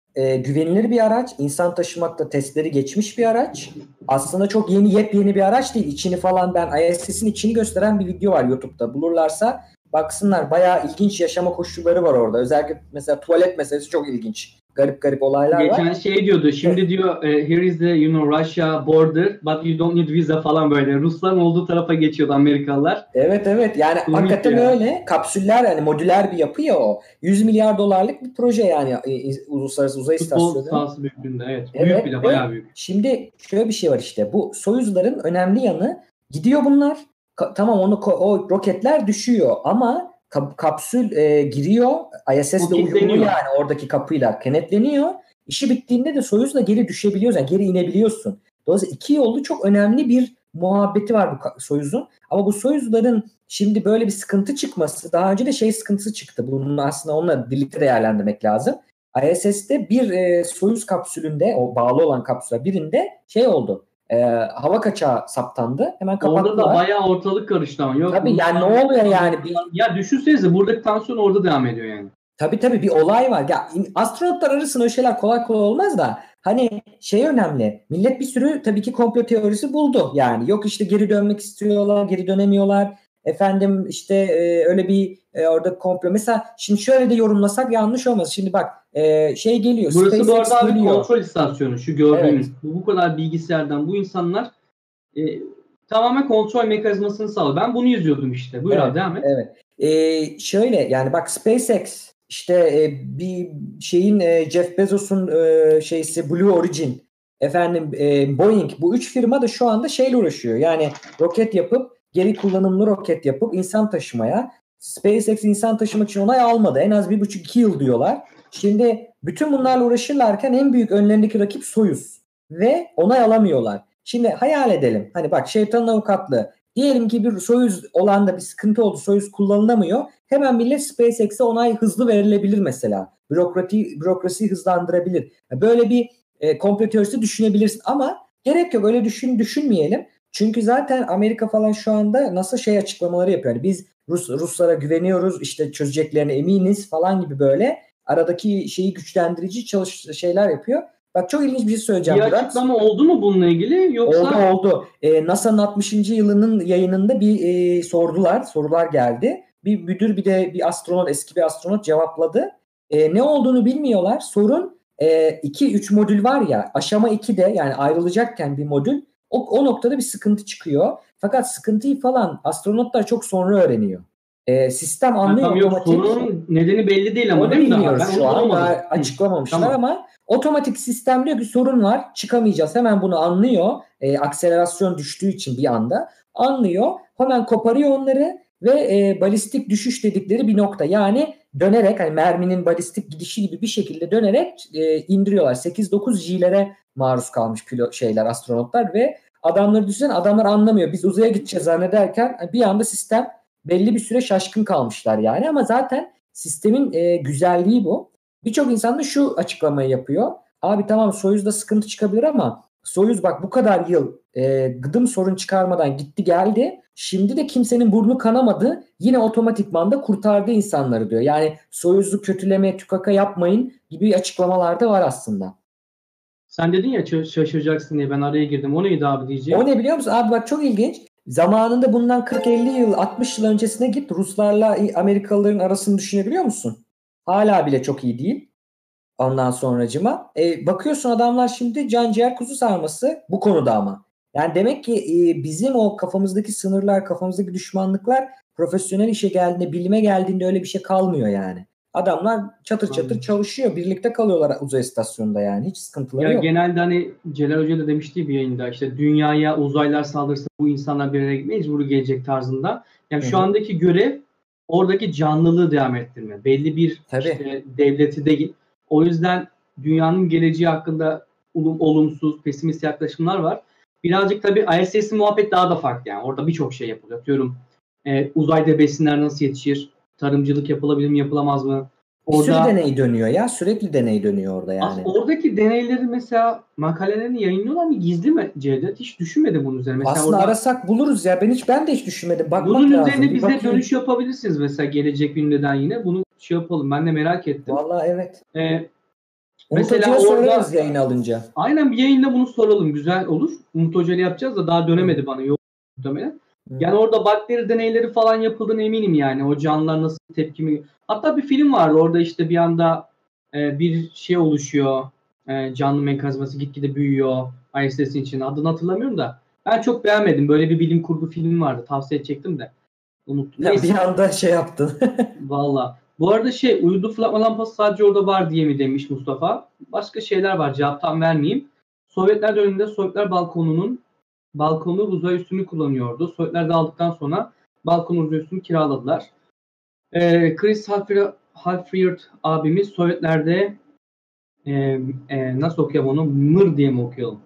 e, güvenilir bir araç. İnsan taşımakta testleri geçmiş bir araç. Aslında çok yeni yepyeni bir araç değil. İçini falan ben I S S'in içini gösteren bir video var YouTube'da. Bulurlarsa baksınlar. Bayağı ilginç yaşama koşulları var orada. Özellikle mesela tuvalet meselesi çok ilginç. Garip garip olaylar Geçen var. şey diyordu. Şimdi diyor here is the you know Russia border but you don't need visa falan böyle. Rusların olduğu tarafa geçiyordu Amerikalılar. Evet evet. Yani Komik hakikaten ya. öyle. Kapsüller yani modüler bir yapı ya o. yüz milyar dolarlık bir proje yani uluslararası uzay Futbol istasyonu. sahası büyüklüğünde evet. Evet, Büyük bile bayağı büyük. Şimdi şöyle bir şey var işte. Bu Soyuzların önemli yanı gidiyor bunlar. Ka- tamam onu o roketler düşüyor ama kap- kapsül e, giriyor. I S S'le uyumlu yani oradaki kapıyla kenetleniyor. İşi bittiğinde de Soyuz'la geri düşebiliyorsun. Yani geri inebiliyorsun. Dolayısıyla iki yollu çok önemli bir muhabbeti var bu Soyuz'un. Ama bu Soyuz'ların şimdi böyle bir sıkıntı çıkması, daha önce de şey sıkıntısı çıktı. Bunun aslında onunla birlikte değerlendirmek lazım. I S S'te bir e, Soyuz kapsülünde, o bağlı olan kapsüle birinde şey oldu. E, hava kaçağı saptandı. Hemen kapattılar. Orada da bayağı ortalık karıştı ama. Yok, tabii yani ne oluyor yani? Bir... Ya düşünsenize buradaki tansiyon orada devam ediyor yani. Tabii tabii bir olay var. Ya astronotlar arasında öyle şeyler kolay kolay olmaz da hani şey önemli. Millet bir sürü tabii ki komplo teorisi buldu. Yani yok işte geri dönmek istiyorlar, geri dönemiyorlar. Efendim işte e, öyle bir e, orada komplo. Mesela şimdi şöyle de yorumlasak yanlış olmaz. Şimdi bak e, şey geliyor. Burası SpaceX bu arada bir geliyor. kontrol istasyonu. Şu gördüğünüz. Evet. Bu, bu kadar bilgisayardan bu insanlar e, tamamen kontrol mekanizmasını sağlıyor. Ben bunu izliyordum işte. Buyur evet, abi devam et. Evet. E, şöyle yani bak SpaceX işte e, bir şeyin e, Jeff Bezos'un e, şeysi Blue Origin efendim e, Boeing bu üç firma da şu anda şeyle uğraşıyor. Yani roket yapıp geri kullanımlı roket yapıp insan taşımaya. SpaceX insan taşımak için onay almadı. En az bir buçuk iki yıl diyorlar. Şimdi bütün bunlarla uğraşırlarken en büyük önlerindeki rakip Soyuz. Ve onay alamıyorlar. Şimdi hayal edelim. Hani bak şeytanın avukatlığı. Diyelim ki bir Soyuz olanda bir sıkıntı oldu. Soyuz kullanılamıyor. Hemen millet SpaceX'e onay hızlı verilebilir mesela. Bürokrati, bürokrasiyi hızlandırabilir. Böyle bir e, komplo teorisi düşünebilirsin ama gerek yok öyle düşün düşünmeyelim. Çünkü zaten Amerika falan şu anda nasıl şey açıklamaları yapıyor. Yani biz Rus Ruslara güveniyoruz, işte çözeceklerine eminiz falan gibi böyle aradaki şeyi güçlendirici çalış şeyler yapıyor. Bak çok ilginç bir şey söyleyeceğim. Bir Murat. açıklama oldu mu bununla ilgili yoksa? Oldu oldu. Ee, NASA'nın altmışıncı yılının yayınında bir e, sordular. Sorular geldi. Bir müdür bir de bir astronot eski bir astronot cevapladı. E, ne olduğunu bilmiyorlar. Sorun iki üç modül var ya aşama ikide yani ayrılacakken bir modül o, o noktada bir sıkıntı çıkıyor. Fakat sıkıntıyı falan astronotlar çok sonra öğreniyor. E, sistem anlıyor yani, otomatik. Yok sorunun nedeni belli değil ama onu değil mi daha? bilmiyoruz Ben şu onu an. bulamadım. Daha Hı. açıklamamışlar Tamam. ama otomatik sistem diyor ki sorun var çıkamayacağız. Hemen bunu anlıyor. E, akselerasyon düştüğü için bir anda anlıyor. Hemen koparıyor onları ve e, balistik düşüş dedikleri bir nokta. Yani dönerek hani merminin balistik gidişi gibi bir şekilde dönerek e, indiriyorlar. sekiz dokuz G'lere maruz kalmış pilot şeyler astronotlar ve adamları düşünsen adamlar anlamıyor. Biz uzaya gideceğiz zannederken bir anda sistem belli bir süre şaşkın kalmışlar yani ama zaten sistemin e, güzelliği bu. Birçok insan da şu açıklamayı yapıyor. Abi tamam Soyuz'da sıkıntı çıkabilir ama Soyuz bak bu kadar yıl e, gıdım sorun çıkarmadan gitti geldi. Şimdi de kimsenin burnu kanamadı. Yine otomatikman da kurtardı insanları diyor. Yani Soyuz'u kötülemeye tükaka yapmayın gibi açıklamalar da var aslında. Sen dedin ya şaşıracaksın diye ben araya girdim. O neydi abi diyeceğim? O ne biliyor musun? Abi bak çok ilginç. Zamanında bundan kırk elli yıl altmış yıl öncesine git Ruslarla Amerikalıların arasını düşünebiliyor musun? Hala bile çok iyi değil. Ondan sonracıma. E, bakıyorsun adamlar şimdi can ciğer kuzu sarması bu konuda ama. Yani demek ki e, bizim o kafamızdaki sınırlar, kafamızdaki düşmanlıklar profesyonel işe geldiğinde, bilime geldiğinde öyle bir şey kalmıyor yani. Adamlar çatır çatır Anladım. çalışıyor. Birlikte kalıyorlar uzay istasyonunda yani. Hiç sıkıntıları Ya yok. genelde hani Celal Hoca da demişti bir yayında işte dünyaya uzaylılar saldırırsa bu insanlar bir araya mecbur gelecek tarzında. Yani şu Hı hı. andaki görev oradaki canlılığı devam ettirme. Belli bir Tabii. işte devleti değil. O yüzden dünyanın geleceği hakkında olumsuz, pesimist yaklaşımlar var. Birazcık tabii I S S'in muhabbet daha da farklı yani. Orada birçok şey yapılıyor. Diyorum e, uzayda besinler nasıl yetişir? Tarımcılık yapılabilir mi, yapılamaz mı? Bir sürü Orada deney dönüyor ya. Sürekli deney dönüyor orada yani. aslında oradaki deneyleri mesela makalelerini yayınlıyorlar mı? Gizli mi Cevdet? Hiç düşünmedim bunun üzerine. Mesela Aslında orada arasak buluruz ya. Ben hiç ben de hiç düşünmedim. Bakmak bunun lazım. üzerine Bir bize bakayım. dönüş yapabilirsiniz mesela gelecek gündeden yine. Bunu şey yapalım. Ben de merak ettim. Vallahi evet. Ee, Umut Mesela Hoca'ya orada sorarız yayın alınca. aynen bir yayında bunu soralım. Güzel olur. Umut Hoca'yla yapacağız da daha dönemedi bana. Yok muhtemelen. Hı. Yani orada bakteri deneyleri falan yapıldığına eminim yani. O canlılar nasıl tepkimi... Hatta bir film vardı. Orada işte bir anda e, bir şey oluşuyor. E, canlı mekanizması gitgide büyüyor. I S S'in içinde. Adını hatırlamıyorum da. Ben çok beğenmedim. Böyle bir bilim kurgu film vardı. Tavsiye edecektim de. Unuttum. Ya Neyse. bir anda şey yaptın. Valla. Bu arada şey uydu fırlatma lampası sadece orada var diye mi demiş Mustafa. Başka şeyler var. Cevap tam vermeyeyim. Sovyetler döneminde Sovyetler balkonunun balkonu uzay üstünü kullanıyordu. Sovyetler dağıldıktan sonra balkon uzay üstünü kiraladılar. Ee, Chris Hadfield, Hadfield abimiz Sovyetlerde e, e, nasıl okuyalım onu? Mır diye mi okuyalım?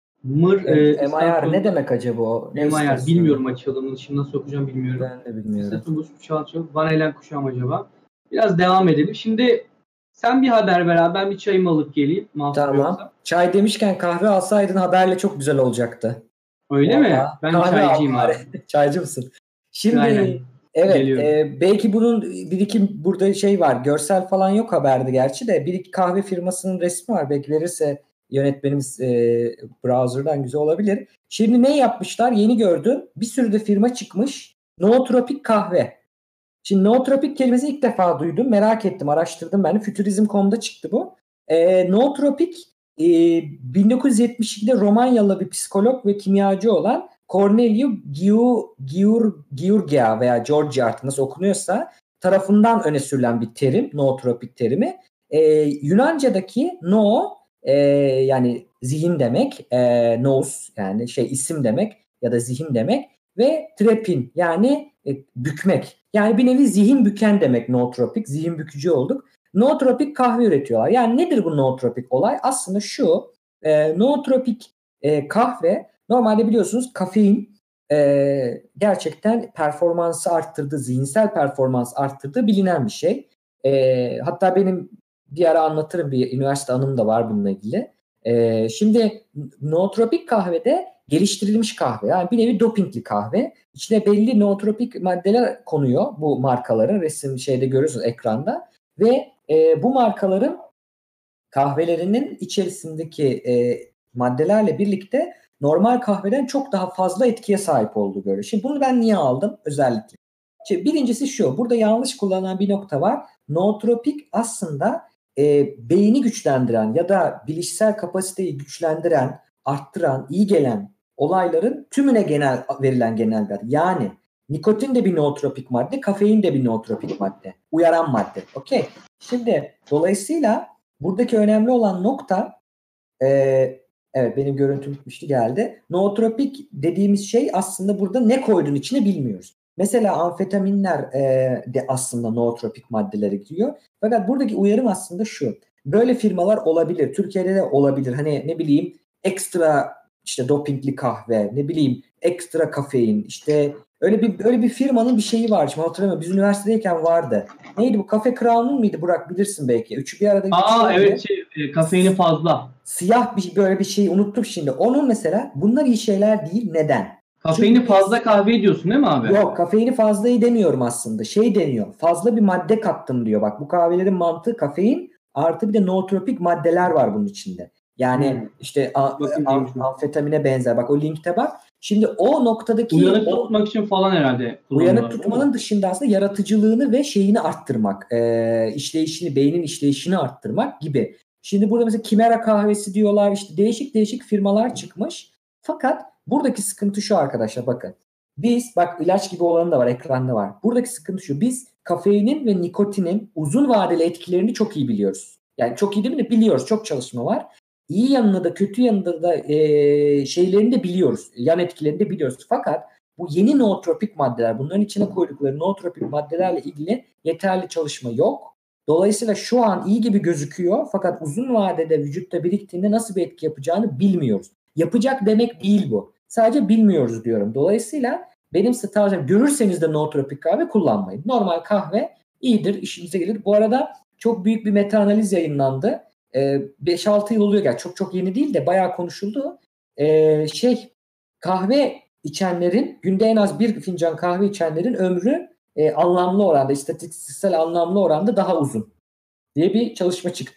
Mır e, M I R ne istasyonunda demek acaba o? Ne M I R istasyonu? bilmiyorum açılımını. Şimdi nasıl okuyacağım bilmiyorum. Ben de bilmiyorum. İstasyon boş kuşağı açıyor. Van Halen kuşağı mı acaba? Biraz devam edelim. Şimdi sen bir haber ver abi. Ben bir çayımı alıp geleyim. Mahsur Tamam. yoksa. Çay demişken kahve alsaydın haberle çok güzel olacaktı. Öyle Vallahi. mi? Ben Kahve al çaycıyım bari. abi. Çaycı mısın? Şimdi Aynen. evet Geliyorum. e, belki bunun bir iki burada şey var. Görsel falan yok haberde gerçi de bir iki kahve firmasının resmi var. Belki verirse yönetmenimiz e, browser'dan güzel olabilir. Şimdi ne yapmışlar? Yeni gördüm. Bir sürü de firma çıkmış. Nootropik kahve. Şimdi nootropik kelimesi ilk defa duydum. Merak ettim, araştırdım ben de. Futurizm nokta com'da çıktı bu. E, nootropik e, bin dokuz yüz yetmiş ikide Romanyalı bir psikolog ve kimyacı olan Corneliu Giur, Giur, Giurgia veya Georgia artık nasıl okunuyorsa tarafından öne sürülen bir terim. Nootropik terimi. E, Yunanca'daki no e, yani zihin demek. E, nous yani şey isim demek ya da zihin demek. Ve trepin yani e, bükmek. Yani bir nevi zihin büken demek nootropik. Zihin bükücü olduk. Nootropik kahve üretiyorlar. Yani nedir bu nootropik olay? Aslında şu. E, nootropik e, kahve normalde biliyorsunuz kafein e, gerçekten performansı arttırdığı, zihinsel performans arttırdığı bilinen bir şey. E, hatta benim bir ara anlatırım, bir üniversite anım da var bununla ilgili. E, şimdi nootropik kahvede geliştirilmiş kahve. Yani bir nevi dopingli kahve. İçine belli nootropik maddeler konuyor bu markaların. Resim şeyde görüyorsunuz ekranda. Ve e, bu markaların kahvelerinin içerisindeki e, maddelerle birlikte normal kahveden çok daha fazla etkiye sahip olduğu görülüyor. Şimdi bunu ben niye aldım özellikle? Şimdi birincisi şu. Burada yanlış kullanılan bir nokta var. Nootropik aslında e, beyni güçlendiren ya da bilişsel kapasiteyi güçlendiren, arttıran, iyi gelen olayların tümüne genel verilen genel bir adı. Yani nikotin de bir nootropik madde, kafein de bir nootropik madde. Uyaran madde. Okey. Şimdi dolayısıyla buradaki önemli olan nokta e, evet benim görüntüm gitmişti geldi. Nootropik dediğimiz şey aslında burada ne koyduğun içine bilmiyoruz. Mesela amfetaminler e, de aslında nootropik maddelere giriyor. Fakat buradaki uyarım aslında şu. Böyle firmalar olabilir. Türkiye'de de olabilir. Hani ne bileyim ekstra işte dopingli kahve, ne bileyim ekstra kafein, işte öyle bir öyle bir firmanın bir şeyi var. Şimdi hatırlamıyorum. Biz üniversitedeyken vardı. Neydi bu? Cafe Crown'un muydu? Burak bilirsin belki. Üçü bir arada bir Aa şey evet şey, e, kafeini fazla. Siyah bir böyle bir şey unuttum şimdi. Onun mesela bunlar iyi şeyler değil. Neden? Kafeini Çünkü fazla kahve diyorsun değil mi abi? Yok, kafeini fazla iyi demiyorum aslında. Şey deniyor. Fazla bir madde kattım diyor. Bak bu kahvelerin mantığı kafein artı bir de nootropik maddeler var bunun içinde. Yani Hmm. işte a, Bakın a, neymiş bu. amfetamine benzer. Bak o linkte bak. Şimdi o noktadaki Uyanık o, tutmak için falan herhalde kullanıyorlar. uyanık tutmanın dışında aslında yaratıcılığını ve şeyini arttırmak. E, işleyişini, beynin işleyişini arttırmak gibi. Şimdi burada mesela Kimera kahvesi diyorlar. İşte değişik değişik firmalar çıkmış. Fakat buradaki sıkıntı şu arkadaşlar bakın. Biz bak ilaç gibi olanı da var, ekranda var. Buradaki sıkıntı şu. Biz kafeinin ve nikotinin uzun vadeli etkilerini çok iyi biliyoruz. Yani çok iyi değil mi? Biliyoruz. Çok çalışma var. İyi yanını da kötü yanını da e, şeylerini de biliyoruz. Yan etkilerini de biliyoruz. Fakat bu yeni nootropik maddeler, bunların içine koydukları nootropik maddelerle ilgili yeterli çalışma yok. Dolayısıyla şu an iyi gibi gözüküyor. Fakat uzun vadede vücutta biriktiğinde nasıl bir etki yapacağını bilmiyoruz. Yapacak demek değil bu. Sadece bilmiyoruz diyorum. Dolayısıyla benim size tavsiyem, görürseniz de nootropik kahve kullanmayın. Normal kahve iyidir, işinize gelir. Bu arada çok büyük bir meta analiz yayınlandı. Ee, beş altı yıl oluyor gerçi. Çok çok yeni değil de bayağı konuşuldu. Ee, şey kahve içenlerin, günde en az bir fincan kahve içenlerin ömrü e, anlamlı oranda, istatistiksel anlamlı oranda daha uzun diye bir çalışma çıktı.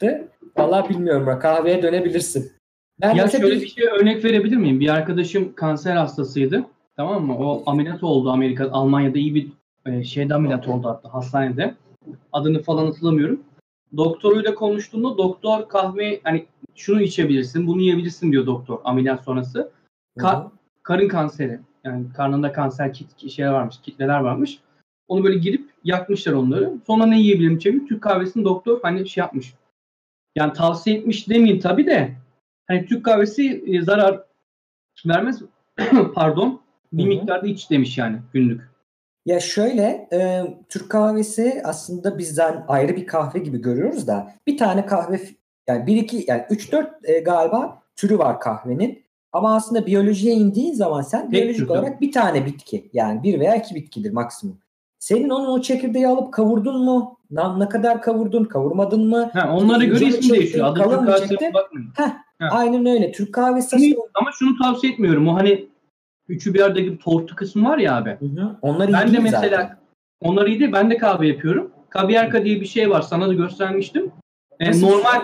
Vallahi bilmiyorum. Kahveye dönebilirsin. Ben Ya mesela şöyle bir... bir şey örnek verebilir miyim? Bir arkadaşım kanser hastasıydı. Tamam mı? O ameliyat oldu Amerika, Almanya'da iyi bir e, şeyde ameliyat oldu hatta hastanede. Adını falan hatırlamıyorum. Doktoruyla konuştuğunda doktor kahve hani şunu içebilirsin, bunu yiyebilirsin diyor doktor ameliyat sonrası. Ka- karın kanseri. Yani karnında kanser kit şeyler varmış, kitleler varmış. Onu böyle girip yakmışlar onları. Sonra ne yiyebilirim içebilirim? Türk kahvesini doktor hani şey yapmış. Yani tavsiye etmiş demeyeyim tabii de. Hani Türk kahvesi e, zarar vermez. Pardon. Hı Bir hı. miktarda iç demiş yani günlük. Ya şöyle, e, Türk kahvesi aslında bizden ayrı bir kahve gibi görüyoruz da bir tane kahve yani bir iki yani üç dört e, galiba türü var kahvenin. Ama aslında biyolojiye indiğin zaman sen Tek biyolojik tür tabii. olarak bir tane bitki yani bir veya iki bitkidir maksimum. Senin onun o çekirdeği alıp kavurdun mu? Ne, ne kadar kavurdun? Kavurmadın mı? Ha, İşte onlara göre ince mi ismi değişiyor. çektin? Adı Kalın Türk mı kahvesi çektin? bakmayın. Heh, Ha. aynen öyle. Türk kahvesi Şunu, aslında. ama şunu tavsiye etmiyorum. O hani üçü bir arada gibi tortu kısmı var ya abi. Hı hı. Onlar iyi Ben de değil zaten. mesela onlar iyi değil. Ben de kahve yapıyorum. Kabiyerka diye bir şey var. Sana da göstermiştim. Ee, Nasıl bir şey? normal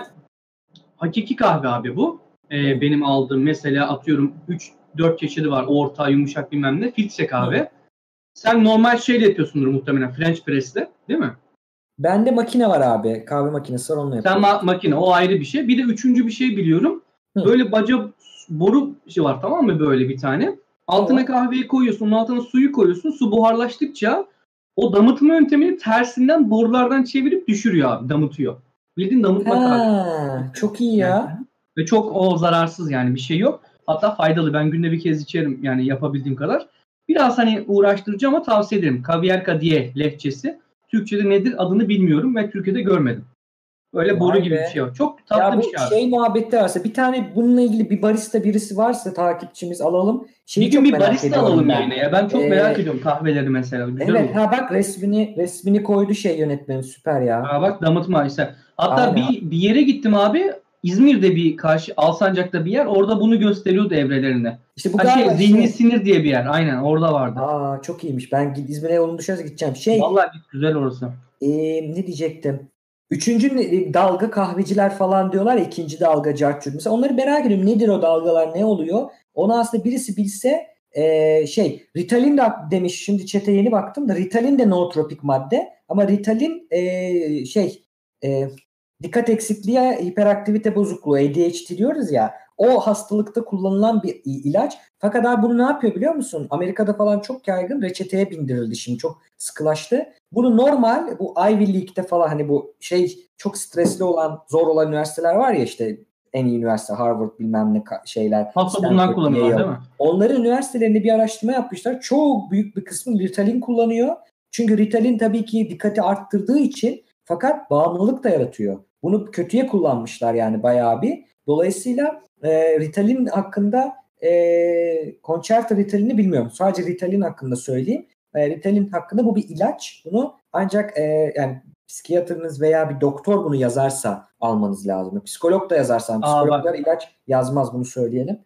hakiki kahve abi bu. Ee, Hı. benim aldığım mesela atıyorum üç dört çeşidi var. Orta, yumuşak bilmem ne. Filtre Hı. kahve. Sen normal şeyle yapıyorsundur muhtemelen. French press'le. Değil mi? Bende makine var abi. Kahve makinesi var onunla Sen yapıyorum. ma- makine o ayrı bir şey. Bir de üçüncü bir şey biliyorum. Hı. Böyle baca boru şey var tamam mı böyle bir tane. Altına Tamam. kahveyi koyuyorsun, onun altına suyu koyuyorsun. Su buharlaştıkça o damıtma yöntemini tersinden borulardan çevirip düşürüyor abi, damıtıyor. Bildiğin damıtma kahve. Ha, çok iyi Yani. ya. Ve çok o zararsız yani bir şey yok. Hatta faydalı. Ben günde bir kez içerim yani yapabildiğim kadar. Biraz hani uğraştırıcı ama tavsiye ederim. Kaviyerka diye lehçesi. Türkçe'de nedir adını bilmiyorum ve Türkiye'de görmedim. Böyle boru Vay gibi bir be. şey var. Çok Ya tatlı bir bu şey abi. şey muhabbeti varsa bir tane bununla ilgili bir barista birisi varsa takipçimiz alalım. Bir Şeyi gün çok bir merak barista ediyorum alalım yayına ben. ya. Ben çok merak Ee, ediyorum kahveleri mesela. Güzel evet olur. ha bak resmini resmini koydu şey yönetmeni süper ya. Aa, bak damıtma işte. Hatta Aynen. bir, bir yere gittim abi. İzmir'de bir karşı Alsancak'ta bir yer. Orada bunu gösteriyordu evrelerine. İşte bu Ha şey galiba zihni şey. sinir diye bir yer. Aynen orada vardı. Aa çok iyiymiş. Ben gid- İzmir'e yolum düşerse gideceğim. Şey Vallahi güzel orası. Ee, ne diyecektim? Üçüncü ne- dalga kahveciler falan diyorlar ya ikinci dalga cart curt. Mesela onları merak ediyorum. Nedir o dalgalar? Ne oluyor? Onu aslında birisi bilse ee, şey Ritalin de demiş. Şimdi chat'e yeni baktım da Ritalin de nootropik madde. Ama Ritalin ee, şey ee, dikkat eksikliği, hiperaktivite bozukluğu A D H D diyoruz ya. O hastalıkta kullanılan bir ilaç. Fakat abi bunu ne yapıyor biliyor musun? Amerika'da falan çok yaygın reçeteye bindirildi şimdi. Çok sıkılaştı. Bunu normal bu Ivy League'de falan hani bu şey çok stresli olan zor olan üniversiteler var ya işte en iyi üniversite Harvard bilmem ne şeyler Hasta bundan Stanford, kullanıyorlar Yale. değil mi? Onların üniversitelerinde bir araştırma yapmışlar. Çok büyük bir kısmı Ritalin kullanıyor. Çünkü Ritalin tabii ki dikkati arttırdığı için fakat bağımlılık da yaratıyor. Bunu kötüye kullanmışlar yani bayağı bir. Dolayısıyla e, Ritalin hakkında e, Concerta Ritalin'i bilmiyorum. Sadece Ritalin hakkında söyleyeyim. E, Ritalin hakkında bu bir ilaç. Bunu ancak e, yani psikiyatrınız veya bir doktor bunu yazarsa almanız lazım. Psikolog da yazarsa. Aa bak Psikologlar ilaç yazmaz bunu söyleyelim.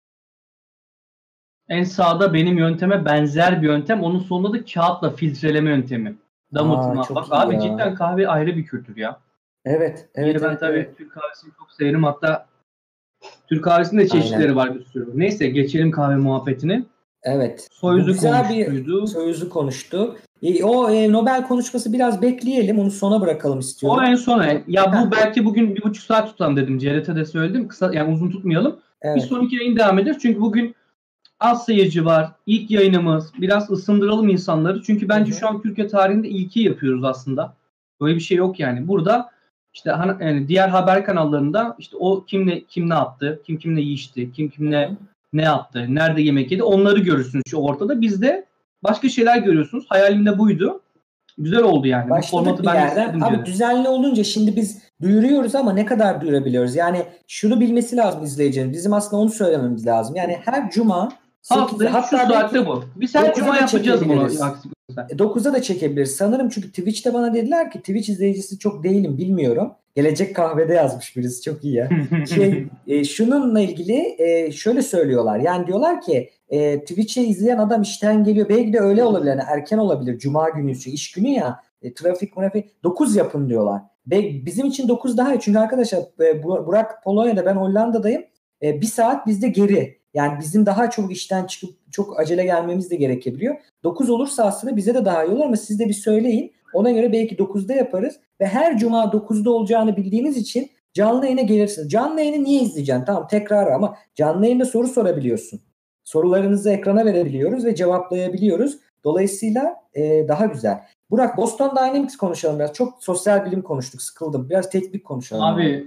en sağda benim yönteme benzer bir yöntem. Onun sonunda da kağıtla filtreleme yöntemi. Aa Damıtma. Bak çok iyi abi ya. cidden kahve ayrı bir kültür ya. Evet, Yine evet, ben evet, tabii evet. Türk kahvesini çok severim. Hatta Türk kahvesinin de çeşitleri Aynen. var bir sürü. Neyse geçelim kahve muhabbetini. Evet. Bu Soyuz'u güzel bir konuştuyduk. sözlü konuştu. E, o e, Nobel konuşması biraz bekleyelim. Onu sona bırakalım O istiyorum. en sona. Ya Heh, bu belki bugün bir buçuk saat tutalım dedim. C R T'de söyledim. Kısa yani uzun tutmayalım. Bir evet. sonraki yayın devam ederiz. Çünkü bugün az seyirci var. İlk yayınımız. Biraz ısındıralım insanları. Çünkü Hı bence hı. şu an Türkiye tarihinde ilki yapıyoruz aslında. Böyle bir şey yok yani. Burada işte yani diğer haber kanallarında işte o kim ne kim ne yaptı, kim kimle yiyişti, kim Hı kimle hı. ne yaptı, nerede yemek yedi onları görürsünüz şu ortada. Bizde başka şeyler görüyorsunuz. Hayalim de buydu. Güzel oldu yani. Bu Başladık formatı bir ben de yerden. istiyordum Abi canım. düzenli olunca şimdi biz duyuruyoruz ama ne kadar duyurabiliyoruz? Yani şunu bilmesi lazım izleyicinin. Bizim aslında onu söylememiz lazım. Yani her cuma sekizde Hafta şu hatta saatte belki bu. Biz her dokuza cuma da yapacağız bunu. çekebiliriz. Aksi olursa. E, dokuza da çekebiliriz. Sanırım çünkü Twitch'te bana dediler ki Twitch izleyicisi çok değilim bilmiyorum. Gelecek Kahve'de yazmış birisi çok iyi ya. Şey e, şununla ilgili e, şöyle söylüyorlar. Yani diyorlar ki e, Twitch'e izleyen adam işten geliyor. Belki de öyle olabilir. Yani erken olabilir. Cuma günü iş günü ya. E, trafik trafik dokuz yapın diyorlar. Ve bizim için dokuz daha iyi. Çünkü arkadaşlar e, Burak Polonya'da, ben Hollanda'dayım. E, bir saat bizde geri. Yani bizim daha çok işten çıkıp çok acele gelmemiz de gerekebiliyor. dokuz olursa aslında bize de daha iyi olur ama siz de bir söyleyin. Ona göre belki dokuzda yaparız. Ve her cuma dokuzda olacağını bildiğimiz için canlı yayına gelirsiniz. Canlı yayını niye izleyeceksin? Tamam, tekrar, ama canlı yayında soru sorabiliyorsun. Sorularınızı ekrana verebiliyoruz ve cevaplayabiliyoruz. Dolayısıyla e, daha güzel. Burak, Boston Dynamics konuşalım biraz. Çok sosyal bilim konuştuk, sıkıldım. Biraz teknik konuşalım. Abi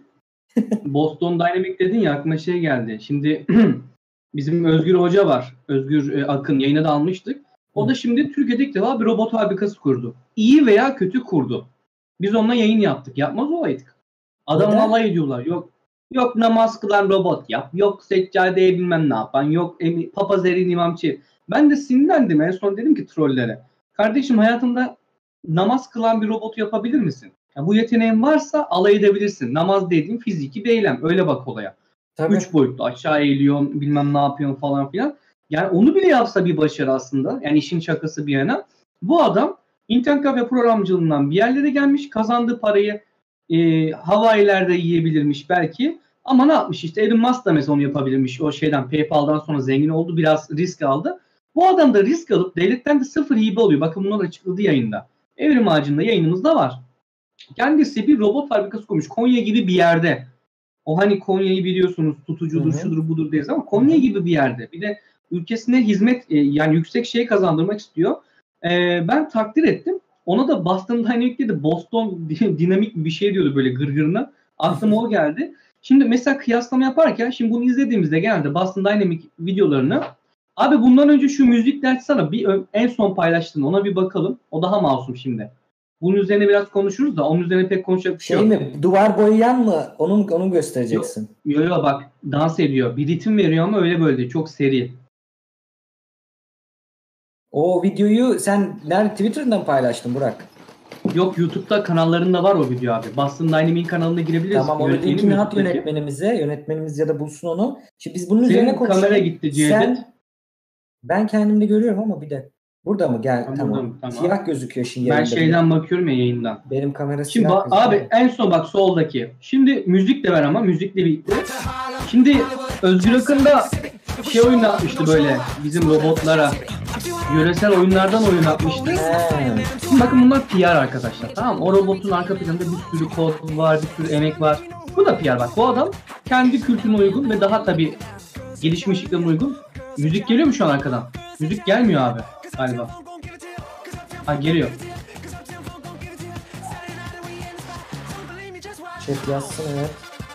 Boston Dynamics dedin ya, aklıma şey geldi. Şimdi bizim Özgür Hoca var. Özgür e, Akın, yayına da almıştık. O da şimdi Türkiye'de ilk defa bir robot fabrikası kurdu. İyi veya kötü kurdu. Biz onunla yayın yaptık. Yapmaz olaydık. Adam Neden? alay ediyorlar. Yok yok namaz kılan robot yap. Yok seccadeye bilmem ne yapan. Yok emi, papaz erin imamçı. Ben de sinirlendim. En son dedim ki trollere. Kardeşim, hayatında namaz kılan bir robot yapabilir misin? Ya bu yeteneğin varsa alay edebilirsin. Namaz dediğin fiziki bir eylem. Öyle bak olaya. Tabii. Üç boyutlu, aşağı eğiliyorsun, bilmem ne yapıyorsun falan filan. Yani onu bile yapsa bir başarı aslında. Yani işin şakası bir yana. Bu adam internet kafe programcılığından bir yerlere gelmiş. Kazandığı parayı e, Hawaii'lerde yiyebilirmiş belki. Ama ne yapmış işte, Elon Musk da mesela onu yapabilirmiş. O şeyden, PayPal'dan sonra zengin oldu. Biraz risk aldı. Bu adam da risk alıp devletten de sıfır hibe alıyor. Bakın bunlar açıkladı yayında. Evrim Ağacı'nda yayınımızda var. Kendisi bir robot fabrikası kurmuş. Konya gibi bir yerde. O hani Konya'yı biliyorsunuz, tutucudur, Hı hı. şudur budur deriz ama Konya gibi bir yerde. Bir de ülkesine hizmet, e, yani yüksek şey kazandırmak istiyor. E, ben takdir ettim. Ona da Boston Dynamics dedi. Boston dinamik bir şey diyordu böyle gırgırına. Aklıma o geldi. Şimdi mesela kıyaslama yaparken, şimdi bunu izlediğimizde genelde Boston Dynamics videolarını, abi bundan önce şu müzikle açsana, bir en son paylaştın, ona bir bakalım. O daha masum şimdi. Bunun üzerine biraz konuşuruz da onun üzerine pek konuşacak bir şey, Şey yok. mi? Duvar boyayan mı? Onun onu göstereceksin. Yo yo bak, dans ediyor. Bir ritim veriyor ama öyle böyle değil. Çok seri. O videoyu sen nerede, Twitter'dan mı paylaştın Burak? Yok, YouTube'da kanallarında var o video abi. Boston Dynamics kanalına girebiliriz. Tamam, onu Yönetmenim linkini at YouTube'daki. yönetmenimize. Yönetmenimiz ya da bulsun onu. Şimdi biz bunun Senin üzerine konuşalım. kamera gitti Cevdet. Sen, ben kendimde görüyorum ama bir de. Burada mı? Gel. Tamam, Tamam. tamam. Siyah gözüküyor şimdi. Ben yerinde şeyden bile. bakıyorum ya, yayından. Benim kamera Şimdi siyah ba- gözüküyor. abi en son bak soldaki. Şimdi müzik de var ama müzikle birlikte. Şimdi Özgür Akın da şey oynatmıştı böyle bizim robotlara. Yöresel oyunlardan oynatmıştı. He. Şimdi bakın bunlar P R arkadaşlar, tamam. O robotun arka planında bir sürü kod var, bir sürü emek var. Bu da P R bak. Bu adam kendi kültürüne uygun ve daha tabii gelişmişliklerine uygun. Müzik geliyor mu şu an arkadan? Müzik gelmiyor abi galiba. Ha, geliyor. Chat yazsın, evet.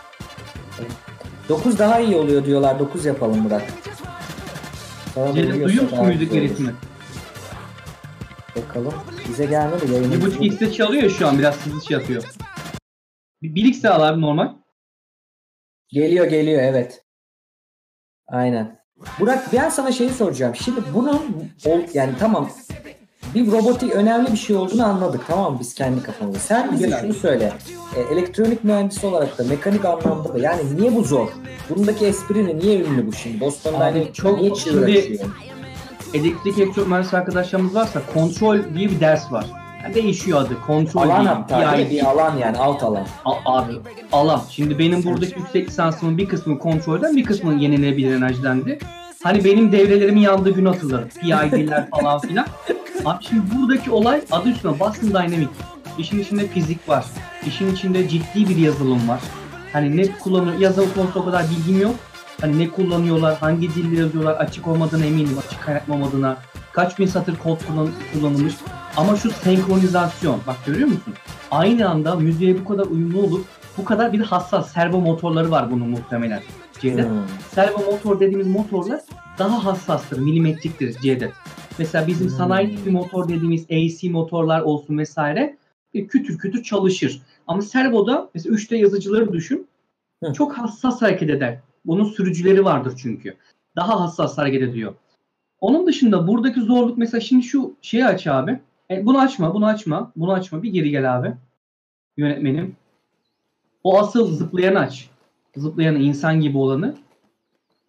dokuz daha iyi oluyor diyorlar. dokuz yapalım Burak. Sana Cevdet, duyuyorsa duyuyor musun daha müzik güzel olur. iletimi? Bakalım. Bize gelmedi yayın. bir buçuk x'te çalıyor şu an, biraz hızlı şey yapıyor. bir x al abi, normal. Geliyor geliyor, evet. Aynen. Burak, ben sana şeyi soracağım. Şimdi bunun ol- yani tamam, bir robotik önemli bir şey olduğunu anladık, tamam mı, biz kendi kafamızda. Sen bize Güzel. şunu söyle. E, elektronik mühendisi olarak da, mekanik anlamda da, yani niye bu zor? Bundaki espri ne? Niye ünlü bu şimdi? Boston Abi Dynamics çok- niye çığır şimdi- açıyor? Elektrik elektronik mühendisi arkadaşlarımız varsa kontrol diye bir ders var. Yani değişiyor adı. Kontrol Alan değil. hatta değil mi? P I D. Bir alan, yani alt alan. A- abi alan. Şimdi benim buradaki yüksek lisansımın bir kısmı kontrolden, bir kısmı yenilenebilir enerjidendi. Hani benim devrelerimin yandığı gün hatırlarım. P I D'ler falan filan. Abi şimdi buradaki olay adı üstüne Boston Dynamics. İşin içinde fizik var. İşin içinde ciddi bir yazılım var. Hani ne kullanıyor, yazılım konusunda o kadar bilgim yok. Hani ne kullanıyorlar, hangi dilde yazıyorlar, açık olmadığına eminim, açık kaynaklı olmadığına. Kaç bin satır kod kullan- kullanılmış. Ama şu senkronizasyon, bak görüyor musun? Aynı anda müziğe bu kadar uyumlu olup bu kadar bir hassas servo motorları var bunun muhtemelen. Cevdet. Hmm. Servo motor dediğimiz motorlar daha hassastır, milimetriktir Cevdet. Mesela bizim Hmm. sanayi tipi motor dediğimiz A C motorlar olsun vesaire e, kütür kütür çalışır. Ama servoda mesela üç D yazıcıları düşün. Hı. Çok hassas hareket eder. Bunun sürücüleri vardır çünkü. Daha hassas hareket ediyor. Onun dışında buradaki zorluk mesela, şimdi şu şeyi aç abi. E, bunu açma, bunu açma, bunu açma. Bir geri gel abi. Yönetmenim. O asıl zıplayanı aç. Zıplayanı, insan gibi olanı.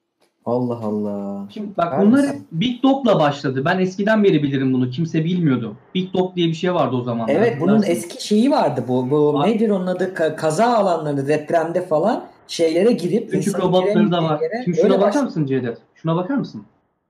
Allah Allah. Şimdi bak Var bunlar mısın? Big Dog'la başladı. Ben eskiden beri bilirim bunu. Kimse bilmiyordu. Big Dog diye bir şey vardı o zamanlar. Evet, bunun Hatırlarsın. eski şeyi vardı bu. Bu Var. nedir onun adı? Ka- kaza alanlarında, depremde falan şeylere girip Küçük insanın robotları da giremeyeceği var. yere Şimdi şuna öyle bakar başladı. mısın Cevdet? Şuna bakar mısın?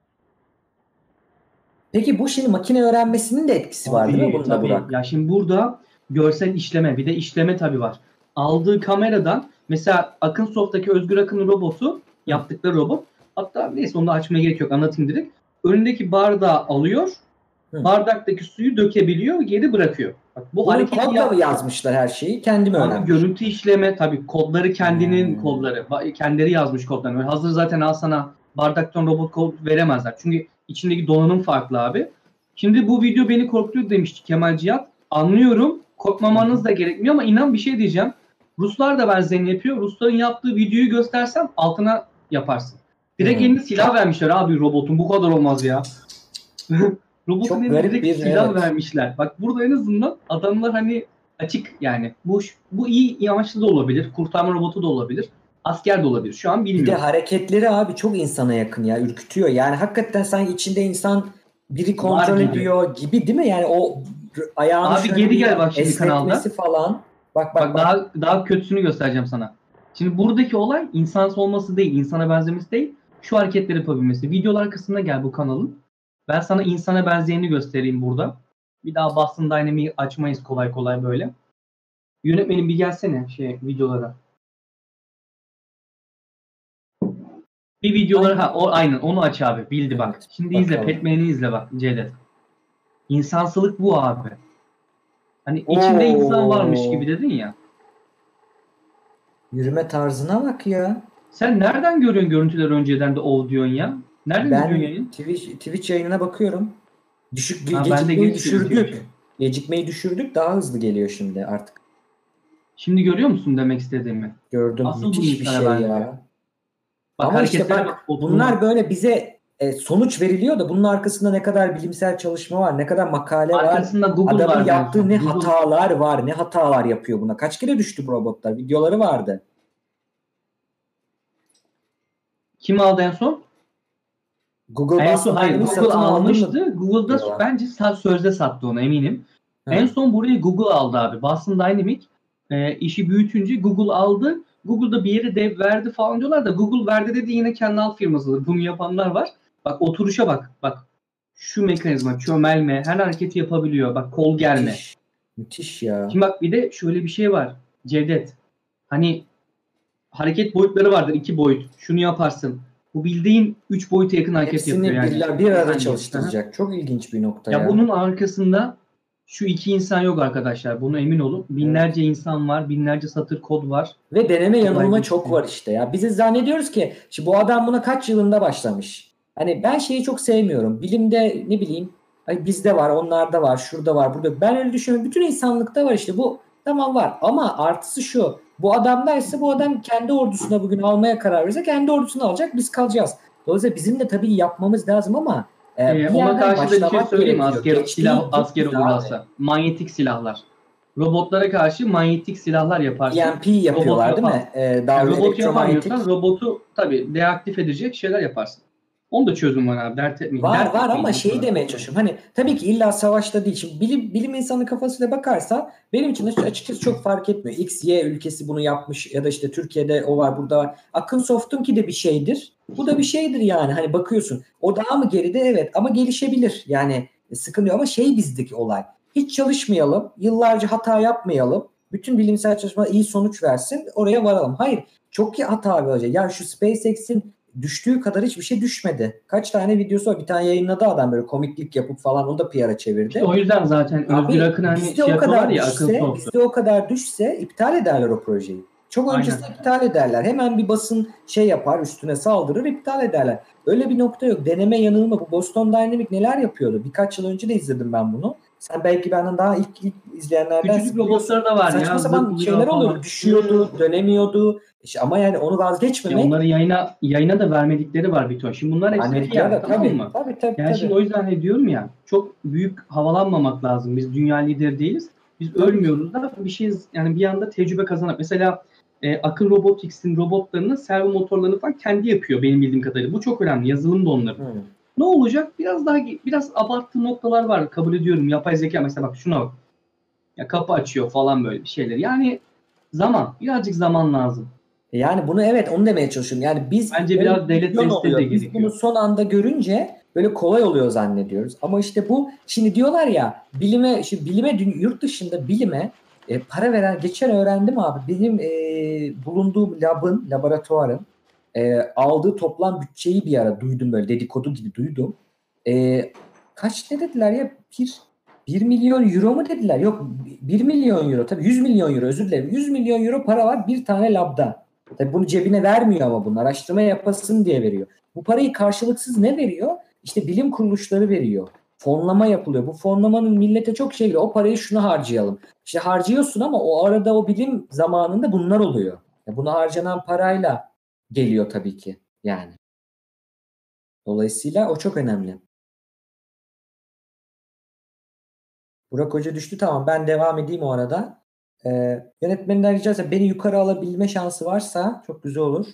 Peki bu şimdi makine öğrenmesinin de etkisi var değil mi Tabii bunda tabii. Burak? Ya şimdi burada görsel işleme, bir de işleme tabii var. Aldığı kameradan mesela Akınsoft'taki Özgür Akın'ın robotu, Hı, yaptıkları robot. Hatta neyse onu da açmaya gerek yok, anlatayım direkt. Önündeki bardağı alıyor, hı. bardaktaki suyu dökebiliyor, geri bırakıyor. Bak bu Bunun hareketi kodla mı yap. yazmışlar her şeyi? Kendim Abi öğrenmiş. görüntü işleme tabii kodları kendinin Hmm. kodları. Ba- Kendileri yazmış kodlarını. Öyle hazır zaten al sana bardaktan robot kod veremezler. Çünkü içindeki donanım farklı abi. Şimdi bu video beni korkutuyor demişti Kemal Cihat. Anlıyorum. Hı Korkmamanız hı. da gerekmiyor ama inan bir şey diyeceğim. Ruslar da benzerini yapıyor. Rusların yaptığı videoyu göstersem altına yaparsın. Direkt Hı. eline silah vermişler abi robotun. Bu kadar olmaz ya. Robotun Çok eline garip direkt bir, silah evet. vermişler. Bak burada en azından adamlar hani açık yani. Bu bu iyi amaçlı da olabilir. Kurtarma robotu da olabilir. Asker de olabilir. Şu an Bir de bilmiyoruz. hareketleri abi çok insana yakın ya, ürkütüyor. Yani hakikaten sanki içinde insan biri Var kontrol gibi. ediyor gibi değil mi? Yani o r- ayağını Abi şöyle geri bir gel bak şimdi esnetmesi kanalda. falan. Bak bak Bak bak. daha daha kötüsünü göstereceğim sana. Şimdi buradaki olay insansı olması değil, insana benzemesi değil. Şu hareketleri yapabilmesi. Videolar kısmına gel bu kanalın. Ben sana insana benzeyeni göstereyim burada. Bir daha Boston Dynamics'i açmayız kolay kolay böyle. Yönetmenim bir gelsene şey videolara. Bir videoları Aynen. ha o aynen onu aç abi. Bildi bak. Evet. Şimdi izle Bakalım. Pac-Man'i izle bak Cevdet. İnsansılık bu abi. Hani içinde insan varmış gibi Oo. dedin ya. Yürüme tarzına bak ya. Sen nereden görüyorsun görüntüleri önceden de o diyorsun ya? Nereden izliyorsun Ben yayın? Twitch, Twitch yayınına bakıyorum. Düşük ge- Ha ben de gecikmeyi geçiyorum Twitch'e. düşürdük. Gecikmeyi düşürdük. Daha hızlı geliyor şimdi artık. Şimdi görüyor musun demek istediğimi? Gördüm. Asıl bu Müthiş bir insana şey benziyor. ya. Bak Ama işte hareketlere bak, bak bunlar oturma. böyle bize e, sonuç veriliyor da bunun arkasında ne kadar bilimsel çalışma var, ne kadar makale var, Arkasında Google adamın vardı en yaptığı ne son. Google hatalar var, ne hatalar yapıyor buna. Kaç kere düştü bu robotlar? Videoları vardı. kim aldı en son? Google En son Boston hayır Dynamics Google satın aldı mı almıştı. Google'da diyorlar. bence sa- sözde sattı onu eminim. En Ha. son burayı Google aldı abi. Boston Dynamics e, işi büyütünce Google aldı. Google'da bir yere dev verdi falan diyorlar da Google verdi dedi yine kendi alt firmasıdır. Bunu yapanlar var. Bak oturuşa bak. Bak şu mekanizma çömelme her hareketi yapabiliyor. Bak kol germe. Müthiş. Müthiş ya. Şimdi bak bir de şöyle bir şey var. Cevdet. Hani hareket boyutları vardır. iki boyut. Şunu yaparsın. Bu bildiğin üç boyuta yakın hareket yapıyor Hepsini yani. bir, bir Bir arada saniye. Hı hı. çalıştıracak. Çok ilginç bir nokta Ya ya. bunun arkasında şu iki insan yok arkadaşlar. Buna emin olun. Evet. Binlerce insan var. Binlerce satır kod var. Ve deneme Olay yanılma çok bitti. var işte ya. Biz de zannediyoruz ki şimdi bu adam buna kaç yılında başlamış. Hani ben şeyi çok sevmiyorum. Bilimde ne bileyim, hani bizde var, onlarda var, şurada var, burada. Ben öyle düşünüyorum. Bütün insanlıkta var işte bu. Tamam, var ama artısı şu. Bu adamdaysa bu adam kendi ordusuna bugün almaya karar verirse kendi ordusunu alacak, biz kalacağız. Dolayısıyla bizim de tabii yapmamız lazım ama e, Ee, bir ona yerden karşı da bir şey başlamak söyleyeyim mi? gerekiyor. Asker Geç silah değil, asker değiliz abi. olurlarsa. Manyetik silahlar. Robotlara karşı manyetik silahlar yaparsın. E M P Robotu yapıyorlar değil yapam. mi? E, Yani dalga robotu yapamıyorsan elektromanyetik. robotu tabii deaktif edecek şeyler yaparsın. Onun da çözüm var abi. Dert etmeyin. Var Dert var etmeyin ama bu şeyi kadar. demeye çalışıyorum. Hani tabii ki illa savaşta değil. Şimdi bilim, bilim insanı kafasıyla bakarsa benim için de açıkçası çok fark etmiyor. X, Y ülkesi bunu yapmış ya da işte Türkiye'de o var, burada var. Akınsoft'unki de bir şeydir. Bu da bir şeydir yani. Hani bakıyorsun. O daha mı geride? Evet, ama gelişebilir. Yani sıkıntı yok ama şey, bizdeki olay. Hiç çalışmayalım. Yıllarca hata yapmayalım. Bütün bilimsel çalışmalar iyi sonuç versin. Oraya varalım. Hayır. Çok iyi hata olacak. Ya şu SpaceX'in düştüğü kadar hiçbir şey düşmedi. Kaç tane videosu var. Bir tane yayınladı adam böyle komiklik yapıp falan, onu da P R'a İşte çevirdi. o yüzden zaten Özgür Abi Akın hani bizde şey o yapıyorlar kadar ya Akın düşse, Soft'u. bizde o kadar düşse iptal ederler o projeyi. Çok Aynen. öncesinde iptal ederler. Hemen bir basın şey yapar, üstüne saldırır, iptal ederler. Öyle bir nokta yok. Deneme yanılma. Bu Boston Dynamics neler yapıyordu? Birkaç yıl önce de izledim ben bunu. Sen belki benden daha ilk, ilk Küçücük izleyenlerdensin, biliyorsun. robotları da var Saçma ya sapan zıplıyor şeyler oluyordu. falan. Düşüyordu, dönemiyordu. İşte ama yani onu Ya vazgeçmemek. onları yayına yayına da vermedikleri var bir ton. Şimdi bunlar hepsi Vermedikleri P R de tamam tabii. mı? Tabii tabii Yani şimdi tabii. o yüzden ne diyorum ya çok büyük havalanmamak lazım. Biz dünya lideri değiliz. Biz Tabii ki. ölmüyoruz da bir şey yani bir anda tecrübe kazanıp mesela e, Akıl Robotics'in robotlarını, servo motorlarını falan kendi yapıyor benim bildiğim kadarıyla. Bu çok önemli. Yazılım da onların. Hmm. Ne olacak? Biraz daha biraz abarttığı noktalar var. Kabul ediyorum. Yapay zeka mesela bak şuna bak. Ya kapı açıyor falan böyle bir şeyler. Yani zaman. Birazcık zaman lazım. Yani bunu evet onu demeye çalışıyorum. Yani biz Bence biraz devlet desteği de Biz bunu gerekiyor. son anda görünce böyle kolay oluyor zannediyoruz. Ama işte bu şimdi diyorlar ya bilime şimdi bilime yurt dışında bilime e, para veren geçen öğrendim abi. Benim e, bulunduğum labın, laboratuvarın e, aldığı toplam bütçeyi bir ara duydum böyle dedikodu gibi duydum. E, kaç ne dediler ya? Bir bir milyon euro mu dediler? Yok bir milyon euro tabii yüz milyon euro özür dilerim. yüz milyon euro para var bir tane labda. Tabii bunu cebine vermiyor ama bunu araştırma yapasın diye veriyor. Bu parayı karşılıksız ne veriyor? İşte bilim kuruluşları veriyor. Fonlama yapılıyor. Bu fonlamanın millete çok şey geliyor. O parayı şunu harcayalım. İşte harcıyorsun ama o arada o bilim zamanında bunlar oluyor. Buna harcanan parayla geliyor tabii ki yani. Dolayısıyla o çok önemli. Burak Hoca düştü tamam ben devam edeyim o arada. Ee, yönetmeninden rica etsem beni yukarı alabilme şansı varsa çok güzel olur.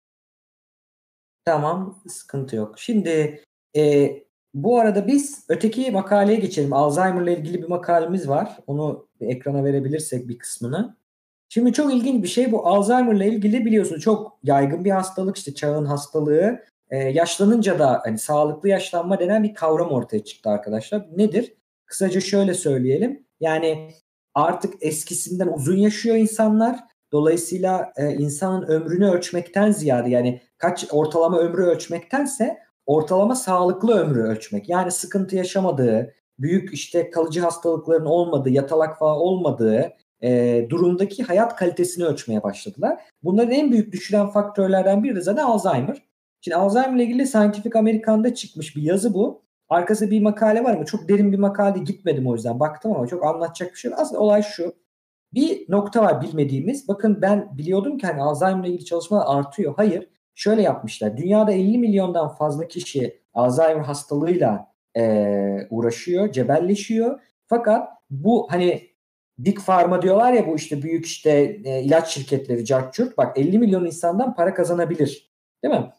Tamam sıkıntı yok. Şimdi e, bu arada biz öteki makaleye geçelim. Alzheimer'la ilgili bir makalemiz var. Onu bir ekrana verebilirsek bir kısmını. Şimdi çok ilginç bir şey bu. Alzheimer'la ilgili biliyorsunuz çok yaygın bir hastalık işte çağın hastalığı. Ee, yaşlanınca da hani sağlıklı yaşlanma denen bir kavram ortaya çıktı arkadaşlar. Nedir? Kısaca şöyle söyleyelim. Yani artık eskisinden uzun yaşıyor insanlar. Dolayısıyla e, insanın ömrünü ölçmekten ziyade yani kaç ortalama ömrü ölçmektense ortalama sağlıklı ömrü ölçmek. Yani sıkıntı yaşamadığı, büyük işte kalıcı hastalıkların olmadığı, yatalak falan olmadığı e, durumdaki hayat kalitesini ölçmeye başladılar. Bunların en büyük düşüren faktörlerden biri de zaten Alzheimer. Şimdi Alzheimer ile ilgili Scientific American'da çıkmış bir yazı bu. Arkası bir makale var ama çok derin bir makale gitmedim o yüzden. Baktım ama çok anlatacak bir şey yok. Aslında olay şu. Bir nokta var bilmediğimiz. Bakın ben biliyordum ki hani Alzheimer ile ilgili çalışmalar artıyor. Hayır. Şöyle yapmışlar. Dünyada elli milyondan fazla kişi Alzheimer hastalığıyla e, uğraşıyor, cebelleşiyor. Fakat bu hani Big Pharma diyorlar ya bu işte büyük işte e, ilaç şirketleri, cart curt. Bak elli milyon insandan para kazanabilir. Değil mi?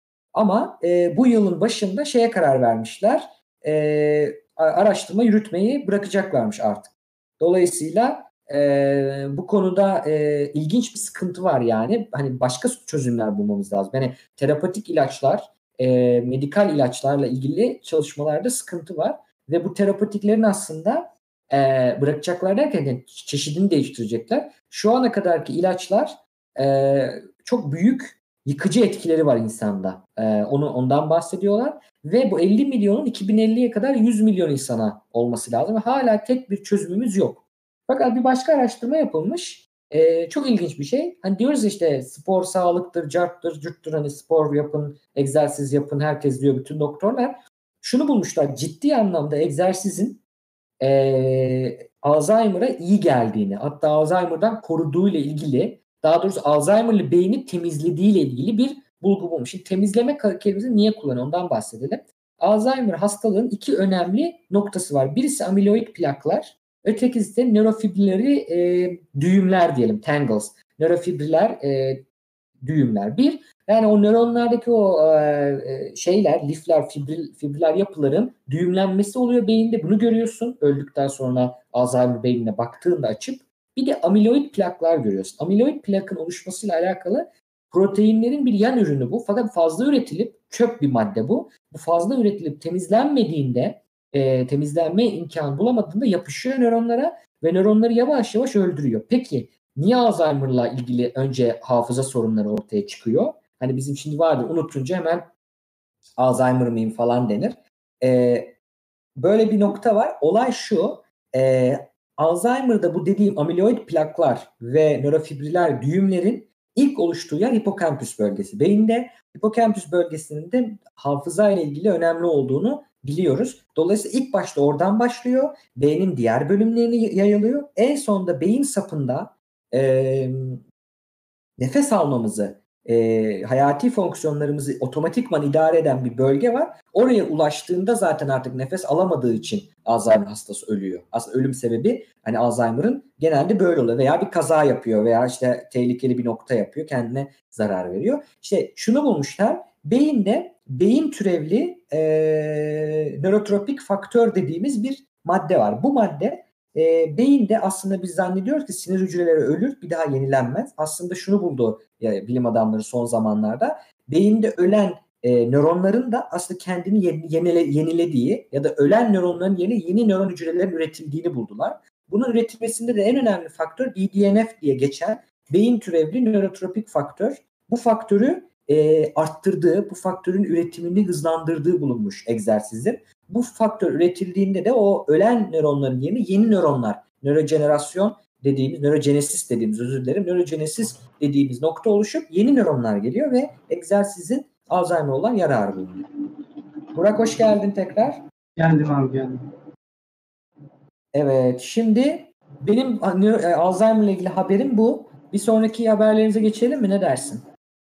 Ama e, bu yılın başında şeye karar vermişler. E, araştırma yürütmeyi bırakacaklarmış artık. Dolayısıyla e, bu konuda e, ilginç bir sıkıntı var yani. Hani başka çözümler bulmamız lazım. Yani terapatik ilaçlar, e, medikal ilaçlarla ilgili çalışmalarda sıkıntı var. Ve bu terapatiklerin aslında e, bırakacaklar derken yani çeşidini değiştirecekler. Şu ana kadarki ilaçlar e, çok büyük yıkıcı etkileri var insanda. Ee, onu ondan bahsediyorlar ve bu elli milyonun iki bin elliye kadar yüz milyon insana olması lazım. Hala tek bir çözümümüz yok. Fakat bir başka araştırma yapılmış. Ee, çok ilginç bir şey. Hani diyoruz işte spor sağlıktır, carttır, cürttür. Hani spor yapın, egzersiz yapın. Herkes diyor bütün doktorlar. Şunu bulmuşlar. Ciddi anlamda egzersizin ee, Alzheimer'a iyi geldiğini, hatta Alzheimer'dan koruduğuyla ilgili, daha doğrusu Alzheimer'lı beyni temizlediğiyle ilgili bir bulgu bulmuş. Şimdi temizleme kelimesini niye kullanıyor ondan bahsedelim. Alzheimer hastalığın iki önemli noktası var. Birisi amiloid plaklar, ötekisi de nörofibriller e, düğümler diyelim, tangles. Nörofibriller e, düğümler. Bir, yani o nöronlardaki o e, şeyler, lifler, fibril, fibriller yapıların düğümlenmesi oluyor beyinde. Bunu görüyorsun. Öldükten sonra Alzheimer beynine baktığında açıp. Bir de amiloid plaklar görüyorsun. Amiloid plakın oluşmasıyla alakalı proteinlerin bir yan ürünü bu. Fakat fazla üretilip çöp bir madde bu. Bu fazla üretilip temizlenmediğinde e, temizlenme imkanı bulamadığında yapışıyor nöronlara ve nöronları yavaş yavaş öldürüyor. Peki niye Alzheimer'la ilgili önce hafıza sorunları ortaya çıkıyor? Hani bizim şimdi vardır unutunca hemen Alzheimer mıyım falan denir. Ee, böyle bir nokta var. Olay şu. E, Alzheimer'da bu dediğim amiloid plaklar ve nörofibriller düğümlerin ilk oluştuğu yer hipokampüs bölgesi. Beyinde hipokampüs bölgesinin de hafıza ile ilgili önemli olduğunu biliyoruz. Dolayısıyla ilk başta oradan başlıyor. Beynin diğer bölümlerine yayılıyor. En sonunda beyin sapında e, nefes almamızı e, hayati fonksiyonlarımızı otomatikman idare eden bir bölge var. Oraya ulaştığında zaten artık nefes alamadığı için Alzheimer hastası ölüyor. Aslında ölüm sebebi hani Alzheimer'ın genelde böyle oluyor. Veya bir kaza yapıyor veya işte tehlikeli bir nokta yapıyor. Kendine zarar veriyor. İşte şunu bulmuşlar. Beyinde beyin türevli e, nörotropik faktör dediğimiz bir madde var. Bu madde e, beyinde aslında biz zannediyoruz ki sinir hücreleri ölür bir daha yenilenmez. Aslında şunu buldu ya, bilim adamları son zamanlarda. Beyinde ölen e, nöronların da aslında kendini yenile, yenilediği ya da ölen nöronların yerine yeni nöron hücrelerin üretildiğini buldular. Bunun üretilmesinde de en önemli faktör B D N F diye geçen beyin türevli nörotropik faktör. Bu faktörü e, arttırdığı, bu faktörün üretimini hızlandırdığı bulunmuş egzersizin. Bu faktör üretildiğinde de o ölen nöronların yerine yeni nöronlar, nörojenerasyon dediğimiz, nörojenesis dediğimiz, özür dilerim, nörojenesis dediğimiz nokta oluşup yeni nöronlar geliyor ve egzersizin Alzheimer olan yararı bulunuyor. Burak hoş geldin tekrar. Geldim abi geldim. Evet, şimdi benim Alzheimer ile ilgili haberim bu. Bir sonraki haberlerimize geçelim mi? Ne dersin?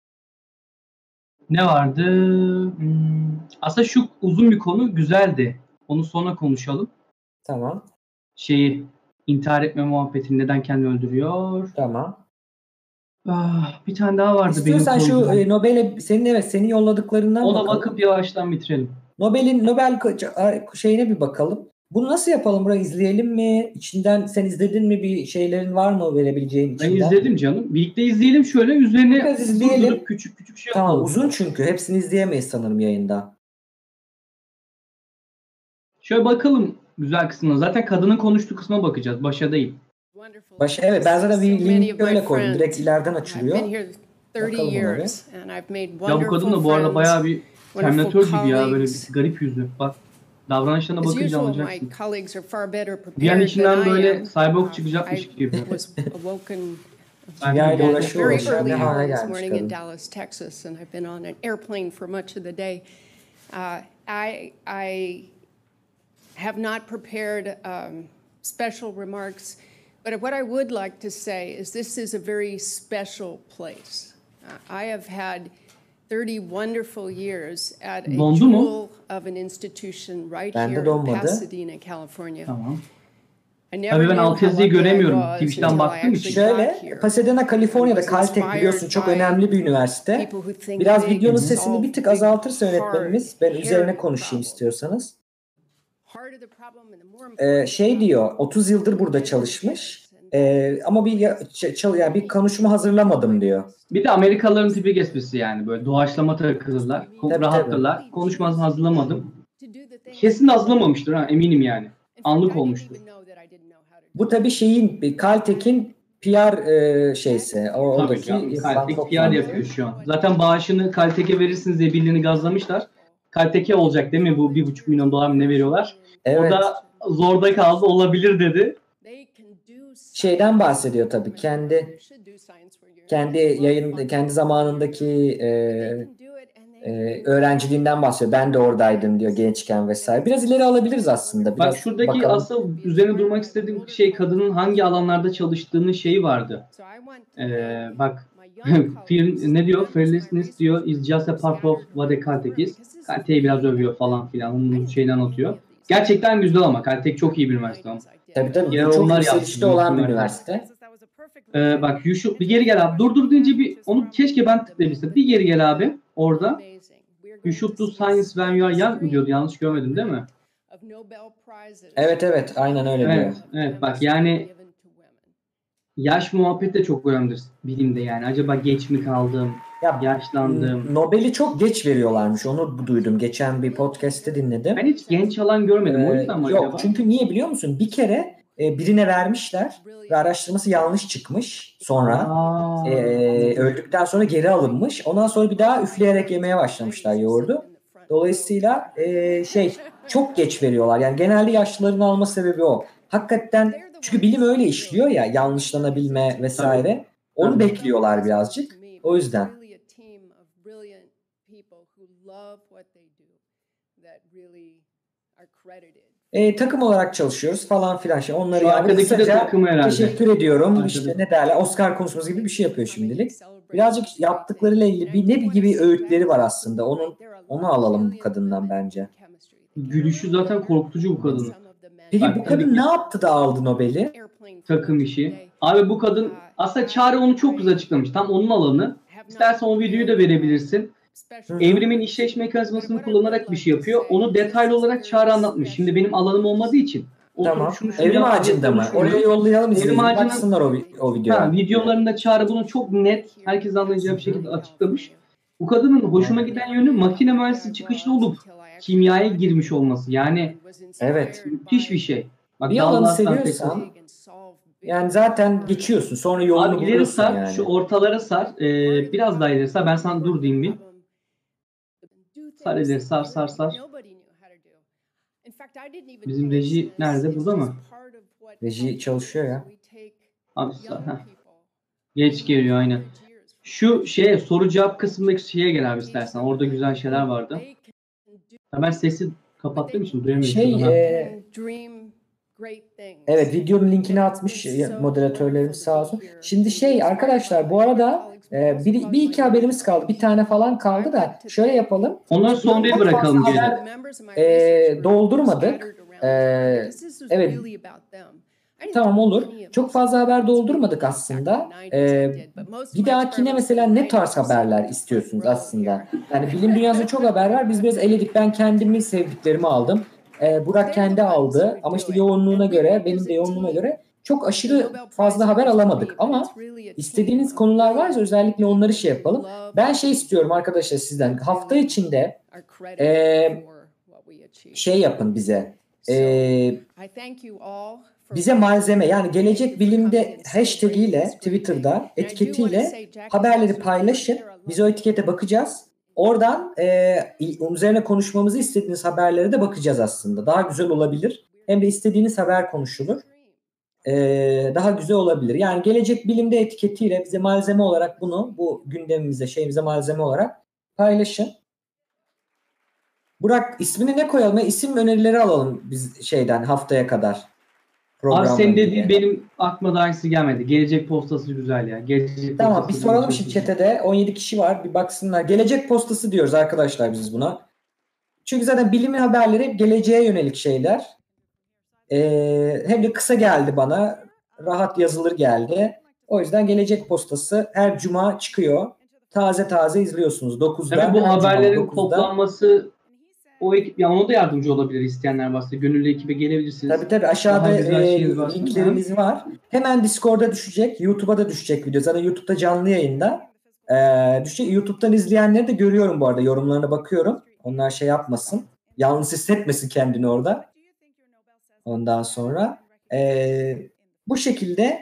Ne vardı? Hmm, aslında şu uzun bir konu güzeldi. Onu sonra konuşalım. Tamam. Şeyi intihar etme muhabbetini neden kendini öldürüyor? Tamam. Ah, bir tane daha vardı İstiyorsan benim şu e, Nobel'e senin evet senin yolladıklarından ona bakalım. bakıp yavaştan bitirelim. Nobel'in Nobel şeyine bir bakalım. Bunu nasıl yapalım? Burayı izleyelim mi? İçinden sen izledin mi? Bir şeylerin var mı verebileceğin içinden? Ben izledim canım. Birlikte izleyelim şöyle üzerine Biraz izleyelim. durdurup küçük küçük şey Tamam yapalım. uzun çünkü. Hepsini izleyemeyiz sanırım yayında. Şöyle bakalım güzel kısmına. Zaten kadının konuştuğu kısma bakacağız. Başa değil. Başa evet ben zaten bir link öyle koydum. Direkt ileriden açılıyor. Bakalım onları. Ya bu kadın da bu arada bayağı bir Terminator gibi ya. Böyle bir garip yüzü. Bak. Davranışlarına bakınca anlayacaksın. Bir an içinden böyle cyborg çıkacakmış gibi. Yani uğraşıyor. Very early Ne hale hours gelmiş morning in kadın. Dallas, Texas, and I've been on an airplane for much of the day. Uh, I I have not prepared um, special remarks, but what I would like to say is this is a very special place. Uh, I have had thirty wonderful years at a Dondu mu? jewel of an institution right Ben de here in donmadı. Pasadena, California. Tamam. I never Tabii ben knew alt how yazıyı lucky I göremiyorum. was Twitch'ten until I baktığım için. actually got Şöyle here. Pasadena, Kaliforniya'da I was Caltech biliyorsun çok inspired by önemli bir üniversite. people who think Biraz big videonun and sesini solve bir tık big, azaltırsa hard, yönetmenimiz ben üzerine hairy konuşayım problems. istiyorsanız. Part of the problem and the more Ee, important şey problem diyor otuz yıldır burada çalışmış Ee, ama bir ya, ç- çal- yani bir konuşma hazırlamadım diyor. Bir de Amerikalıların tipik esprisi yani böyle doğaçlama takılırlar. Ko- Tabii, rahattırlar. Konuşmanızı hazırlamadım. to do the things- Kesin de hazırlamamıştır ha eminim yani. In fact, Anlık I didn't olmuştur. even know that I didn't know how to do Bu tabii şeyin bir Caltech'in P R e, şeysi. O, Tabii oradaki canım. yapılan Caltech P R toplantı. yapıyor şu an. Zaten bağışını Caltech'e verirsiniz diye birilerini gazlamışlar. Caltech'e olacak değil mi bu bir buçuk milyon dolar mı ne veriyorlar? Evet. O da zorda kaldı olabilir dedi. They can do Şeyden bahsediyor tabii kendi You should do science where you're- kendi yayın kendi zamanındaki e, They can do it and they e, öğrenciliğinden bahsediyor. Ben de oradaydım diyor gençken vesaire. Biraz ileri alabiliriz aslında. Biraz Bak şuradaki bakalım. asıl üzerine durmak istediğim şey kadının hangi alanlarda çalıştığının şeyi vardı. So I want to Ee, thank bak my young Fear, colleagues. ne diyor? Fearlessness diyor is just a part of what a Caltech is. Caltech'i biraz övüyor falan filan. Onun şeyini anlatıyor. Gerçekten güzel ama Caltech çok iyi bir üniversite ama. Tabii tabii. Ya çok onlar yükselişte yaptı, olan bir bunlar üniversite. Ee, bak you should, bir geri gel abi. Dur dur deyince bir onu keşke ben tıklayabilsem. Bir geri gel abi orada. You should do science when you are young mı diyordu? Yanlış görmedim değil mi? Evet evet aynen öyle diyor. Evet, evet bak yani yaş muhabbet de çok önemlidir bilimde yani. Acaba geç mi kaldım, Ya, yaşlandım? Nobel'i çok geç veriyorlarmış. Onu duydum. Geçen bir podcast'te dinledim. Ben hiç genç alan görmedim. O Ee, yüzden mi yok acaba? çünkü niye biliyor musun? Bir kere e, birine vermişler ve araştırması yanlış çıkmış. Sonra Aa, e, öldükten sonra geri alınmış. Ondan sonra bir daha üfleyerek yemeye başlamışlar yoğurdu. Dolayısıyla e, şey çok geç veriyorlar. Yani genelde yaşlıların alma sebebi o. Hakikaten çünkü bilim öyle işliyor ya yanlışlanabilme vesaire. Onu Tabii. bekliyorlar birazcık. O yüzden. E, takım olarak çalışıyoruz falan filan. Şey. Onları Şu yani arkadaki de kısaca takım herhalde. teşekkür ediyorum. Arkada. İşte ne derler, Oscar konuşması gibi bir şey yapıyor şimdilik. Birazcık yaptıklarıyla ilgili bir ne gibi öğütleri var aslında. Onun onu alalım bu kadından bence. Gülüşü zaten korkutucu bu kadının. Peki Bak, bu kadın tabii ki- ne yaptı da aldı Nobel'i? Takım işi. Abi bu kadın aslında Çağrı onu çok güzel açıklamış. Tam onun alanı. İstersen o videoyu da verebilirsin. Hı. Evrimin işleyiş mekanizmasını kullanarak bir şey yapıyor. Onu detaylı olarak Çağrı anlatmış. Şimdi benim alanım olmadığı için. Oturup Tamam. şunu şunu Evrim yapacağız, ağacında mı? düşünüyorum. Oraya yollayalım Evrim izleyiciler. ağacının- Baksınlar o, vi- o videoya. Ha, videolarında Çağrı bunu çok net, herkes anlayacağı bir şekilde açıklamış. Bu kadının hoşuma giden yönü makine mühendisi çıkışlı olup kimyaya girmiş olması. Yani Evet. müthiş bir şey. Bak, Bir alanı Dallas'tan seviyorsan tekrar- yani zaten geçiyorsun. Sonra yolunu Abi ileri buluyorsun sar, yani. şu ortalara sar. Ee, biraz daha ileri sar. Ben sana dur diyeyim bir. Sar ileri, sar, sar, sar. Bizim reji nerede? Burada mı? Reji çalışıyor ya. Abi sar. Heh. Geç geliyor aynen. Şu şeye, soru cevap kısmındaki şeye gel abi istersen. Orada güzel şeyler vardı. Ha, ben sesi kapattığım için duyamıyorum. Şey, şuradan. e, evet, videonun linkini atmış moderatörlerimiz sağ olsun. Şimdi şey arkadaşlar, bu arada e, bir, bir iki haberimiz kaldı. Bir tane falan kaldı da şöyle yapalım. Onları sonraya Çok bırakalım fazla Ceylan. haber, e, doldurmadık. E, evet. Tamam, olur. Çok fazla haber doldurmadık aslında. Ee, bir dahakine mesela ne tarz haberler istiyorsunuz aslında? Yani bilim dünyasında çok haber var. Biz biraz eledik. Ben kendimi sevdiklerimi aldım. Ee, Burak kendi aldı. Ama işte yoğunluğuna göre, benim de yoğunluğuma göre çok aşırı fazla haber alamadık. Ama istediğiniz konular varsa özellikle onları şey yapalım. Ben şey istiyorum arkadaşlar sizden. Hafta içinde e, şey yapın bize. Eee Bize malzeme, yani Gelecek Bilim'de hashtag ile Twitter'da etiketiyle haberleri paylaşın. Biz o etikete bakacağız. Oradan e, üzerine konuşmamızı istediğiniz haberlere de bakacağız aslında. Daha güzel olabilir. Hem de istediğiniz haber konuşulur. E, daha güzel olabilir. Yani Gelecek Bilim'de etiketiyle bize malzeme olarak bunu, bu gündemimize, şeyimize malzeme olarak paylaşın. Burak, ismini ne koyalım? İsim önerileri alalım biz şeyden haftaya kadar. Abi senin dediğin benim aklıma da aynısı gelmedi. Gelecek postası güzel ya. Gelecek Tamam, postası bir soralım çok şimdi güzel. chat'e. on yedi kişi var. Bir baksınlar. Gelecek postası diyoruz arkadaşlar biz buna. Çünkü zaten bilimin haberleri hep geleceğe yönelik şeyler. Ee, hem de kısa geldi bana. Rahat yazılır geldi. O yüzden Gelecek postası her cuma çıkıyor. Taze taze izliyorsunuz. dokuzda. Tabii bu her cuma haberlerin dokuzda. toplanması o ekip, ya ona da yardımcı olabilir isteyenler varsa. Gönüllü ekibe gelebilirsiniz. Tabii tabii, aşağıda Daha güzel e, şeyiniz varsa. linklerimiz var. Hemen Discord'da düşecek. YouTube'a da düşecek video. Zaten YouTube'da canlı yayında. Ee, düşecek. YouTube'dan izleyenleri de görüyorum bu arada. Yorumlarına bakıyorum. Onlar şey yapmasın. Yalnız hissetmesin kendini orada. Ondan sonra ee, bu şekilde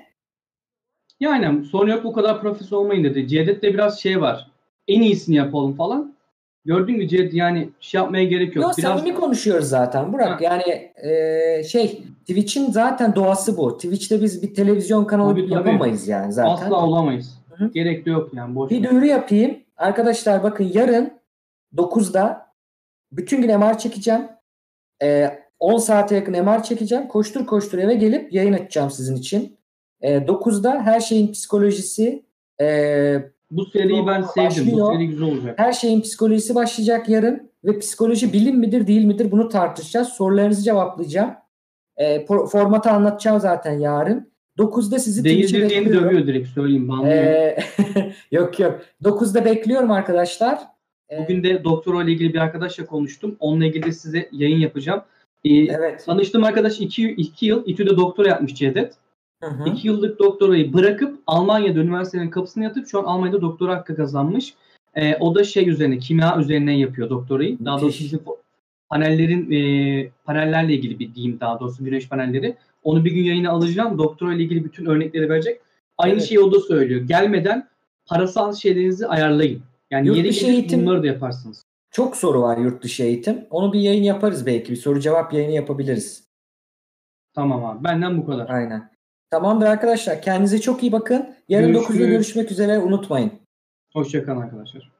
Yani sorun yok, bu kadar profesyonel olmayın dedi. Cevdet'te biraz şey var. En iyisini yapalım falan. Gördün mü Cevdet, yani şey yapmaya gerek yok. Yok, biraz samimi konuşuyoruz zaten Burak. Ha. Yani e, şey Twitch'in zaten doğası bu. Twitch'te biz bir televizyon kanalı Tabii, tabii. yapamayız yani zaten. asla olamayız. Hı hı. Gerek de yok yani. Boş Bir ver. duyuru yapayım. Arkadaşlar bakın, yarın dokuzda bütün gün M R çekeceğim. Ee, on saate yakın M R çekeceğim. Koştur koştur eve gelip yayın açacağım sizin için. Ee, dokuzda her şeyin psikolojisi e, Bu seriyi ben sevdim. başlıyor. Bu seri güzel olacak. Her şeyin psikolojisi başlayacak yarın ve psikoloji bilim midir değil midir bunu tartışacağız. Sorularınızı cevaplayacağım. E, por- formatı anlatacağım zaten yarın. dokuzda sizi Twitch'e Değildir diyeni bekliyorum. dövüyor direkt, söyleyeyim. Banlıyor. E, yok yok. dokuzda bekliyorum arkadaşlar. E, Bugün de doktora ile ilgili bir arkadaşla konuştum. Onunla ilgili de size yayın yapacağım. Ee, evet. Tanıştığım arkadaş iki, iki yıl İTÜ'de doktora yapmış Cevdet. Hı hı. iki yıllık doktorayı bırakıp Almanya'da üniversitenin kapısını yatıp şu an Almanya'da doktora hakkı kazanmış. Ee, o da şey üzerine, kimya üzerinden yapıyor doktorayı. Daha doğrusu bizim panellerin e, panellerle ilgili bir diyeyim, daha doğrusu güneş panelleri. Onu bir gün yayına alacağım. Doktora ile ilgili bütün örnekleri verecek. Aynı Evet. şeyi o da söylüyor. Gelmeden parasal şeylerinizi ayarlayın. Yani Yurt yeri dışı gelir eğitim- bunları da yaparsınız. Çok soru var yurt dışı eğitim. Onu bir yayın yaparız belki. Bir soru cevap yayını yapabiliriz. Tamam abi. Benden bu kadar. Aynen. Tamamdır arkadaşlar. Kendinize çok iyi bakın. Yarın Görüşürüz. dokuzda görüşmek üzere. Unutmayın. Hoşça kalın arkadaşlar.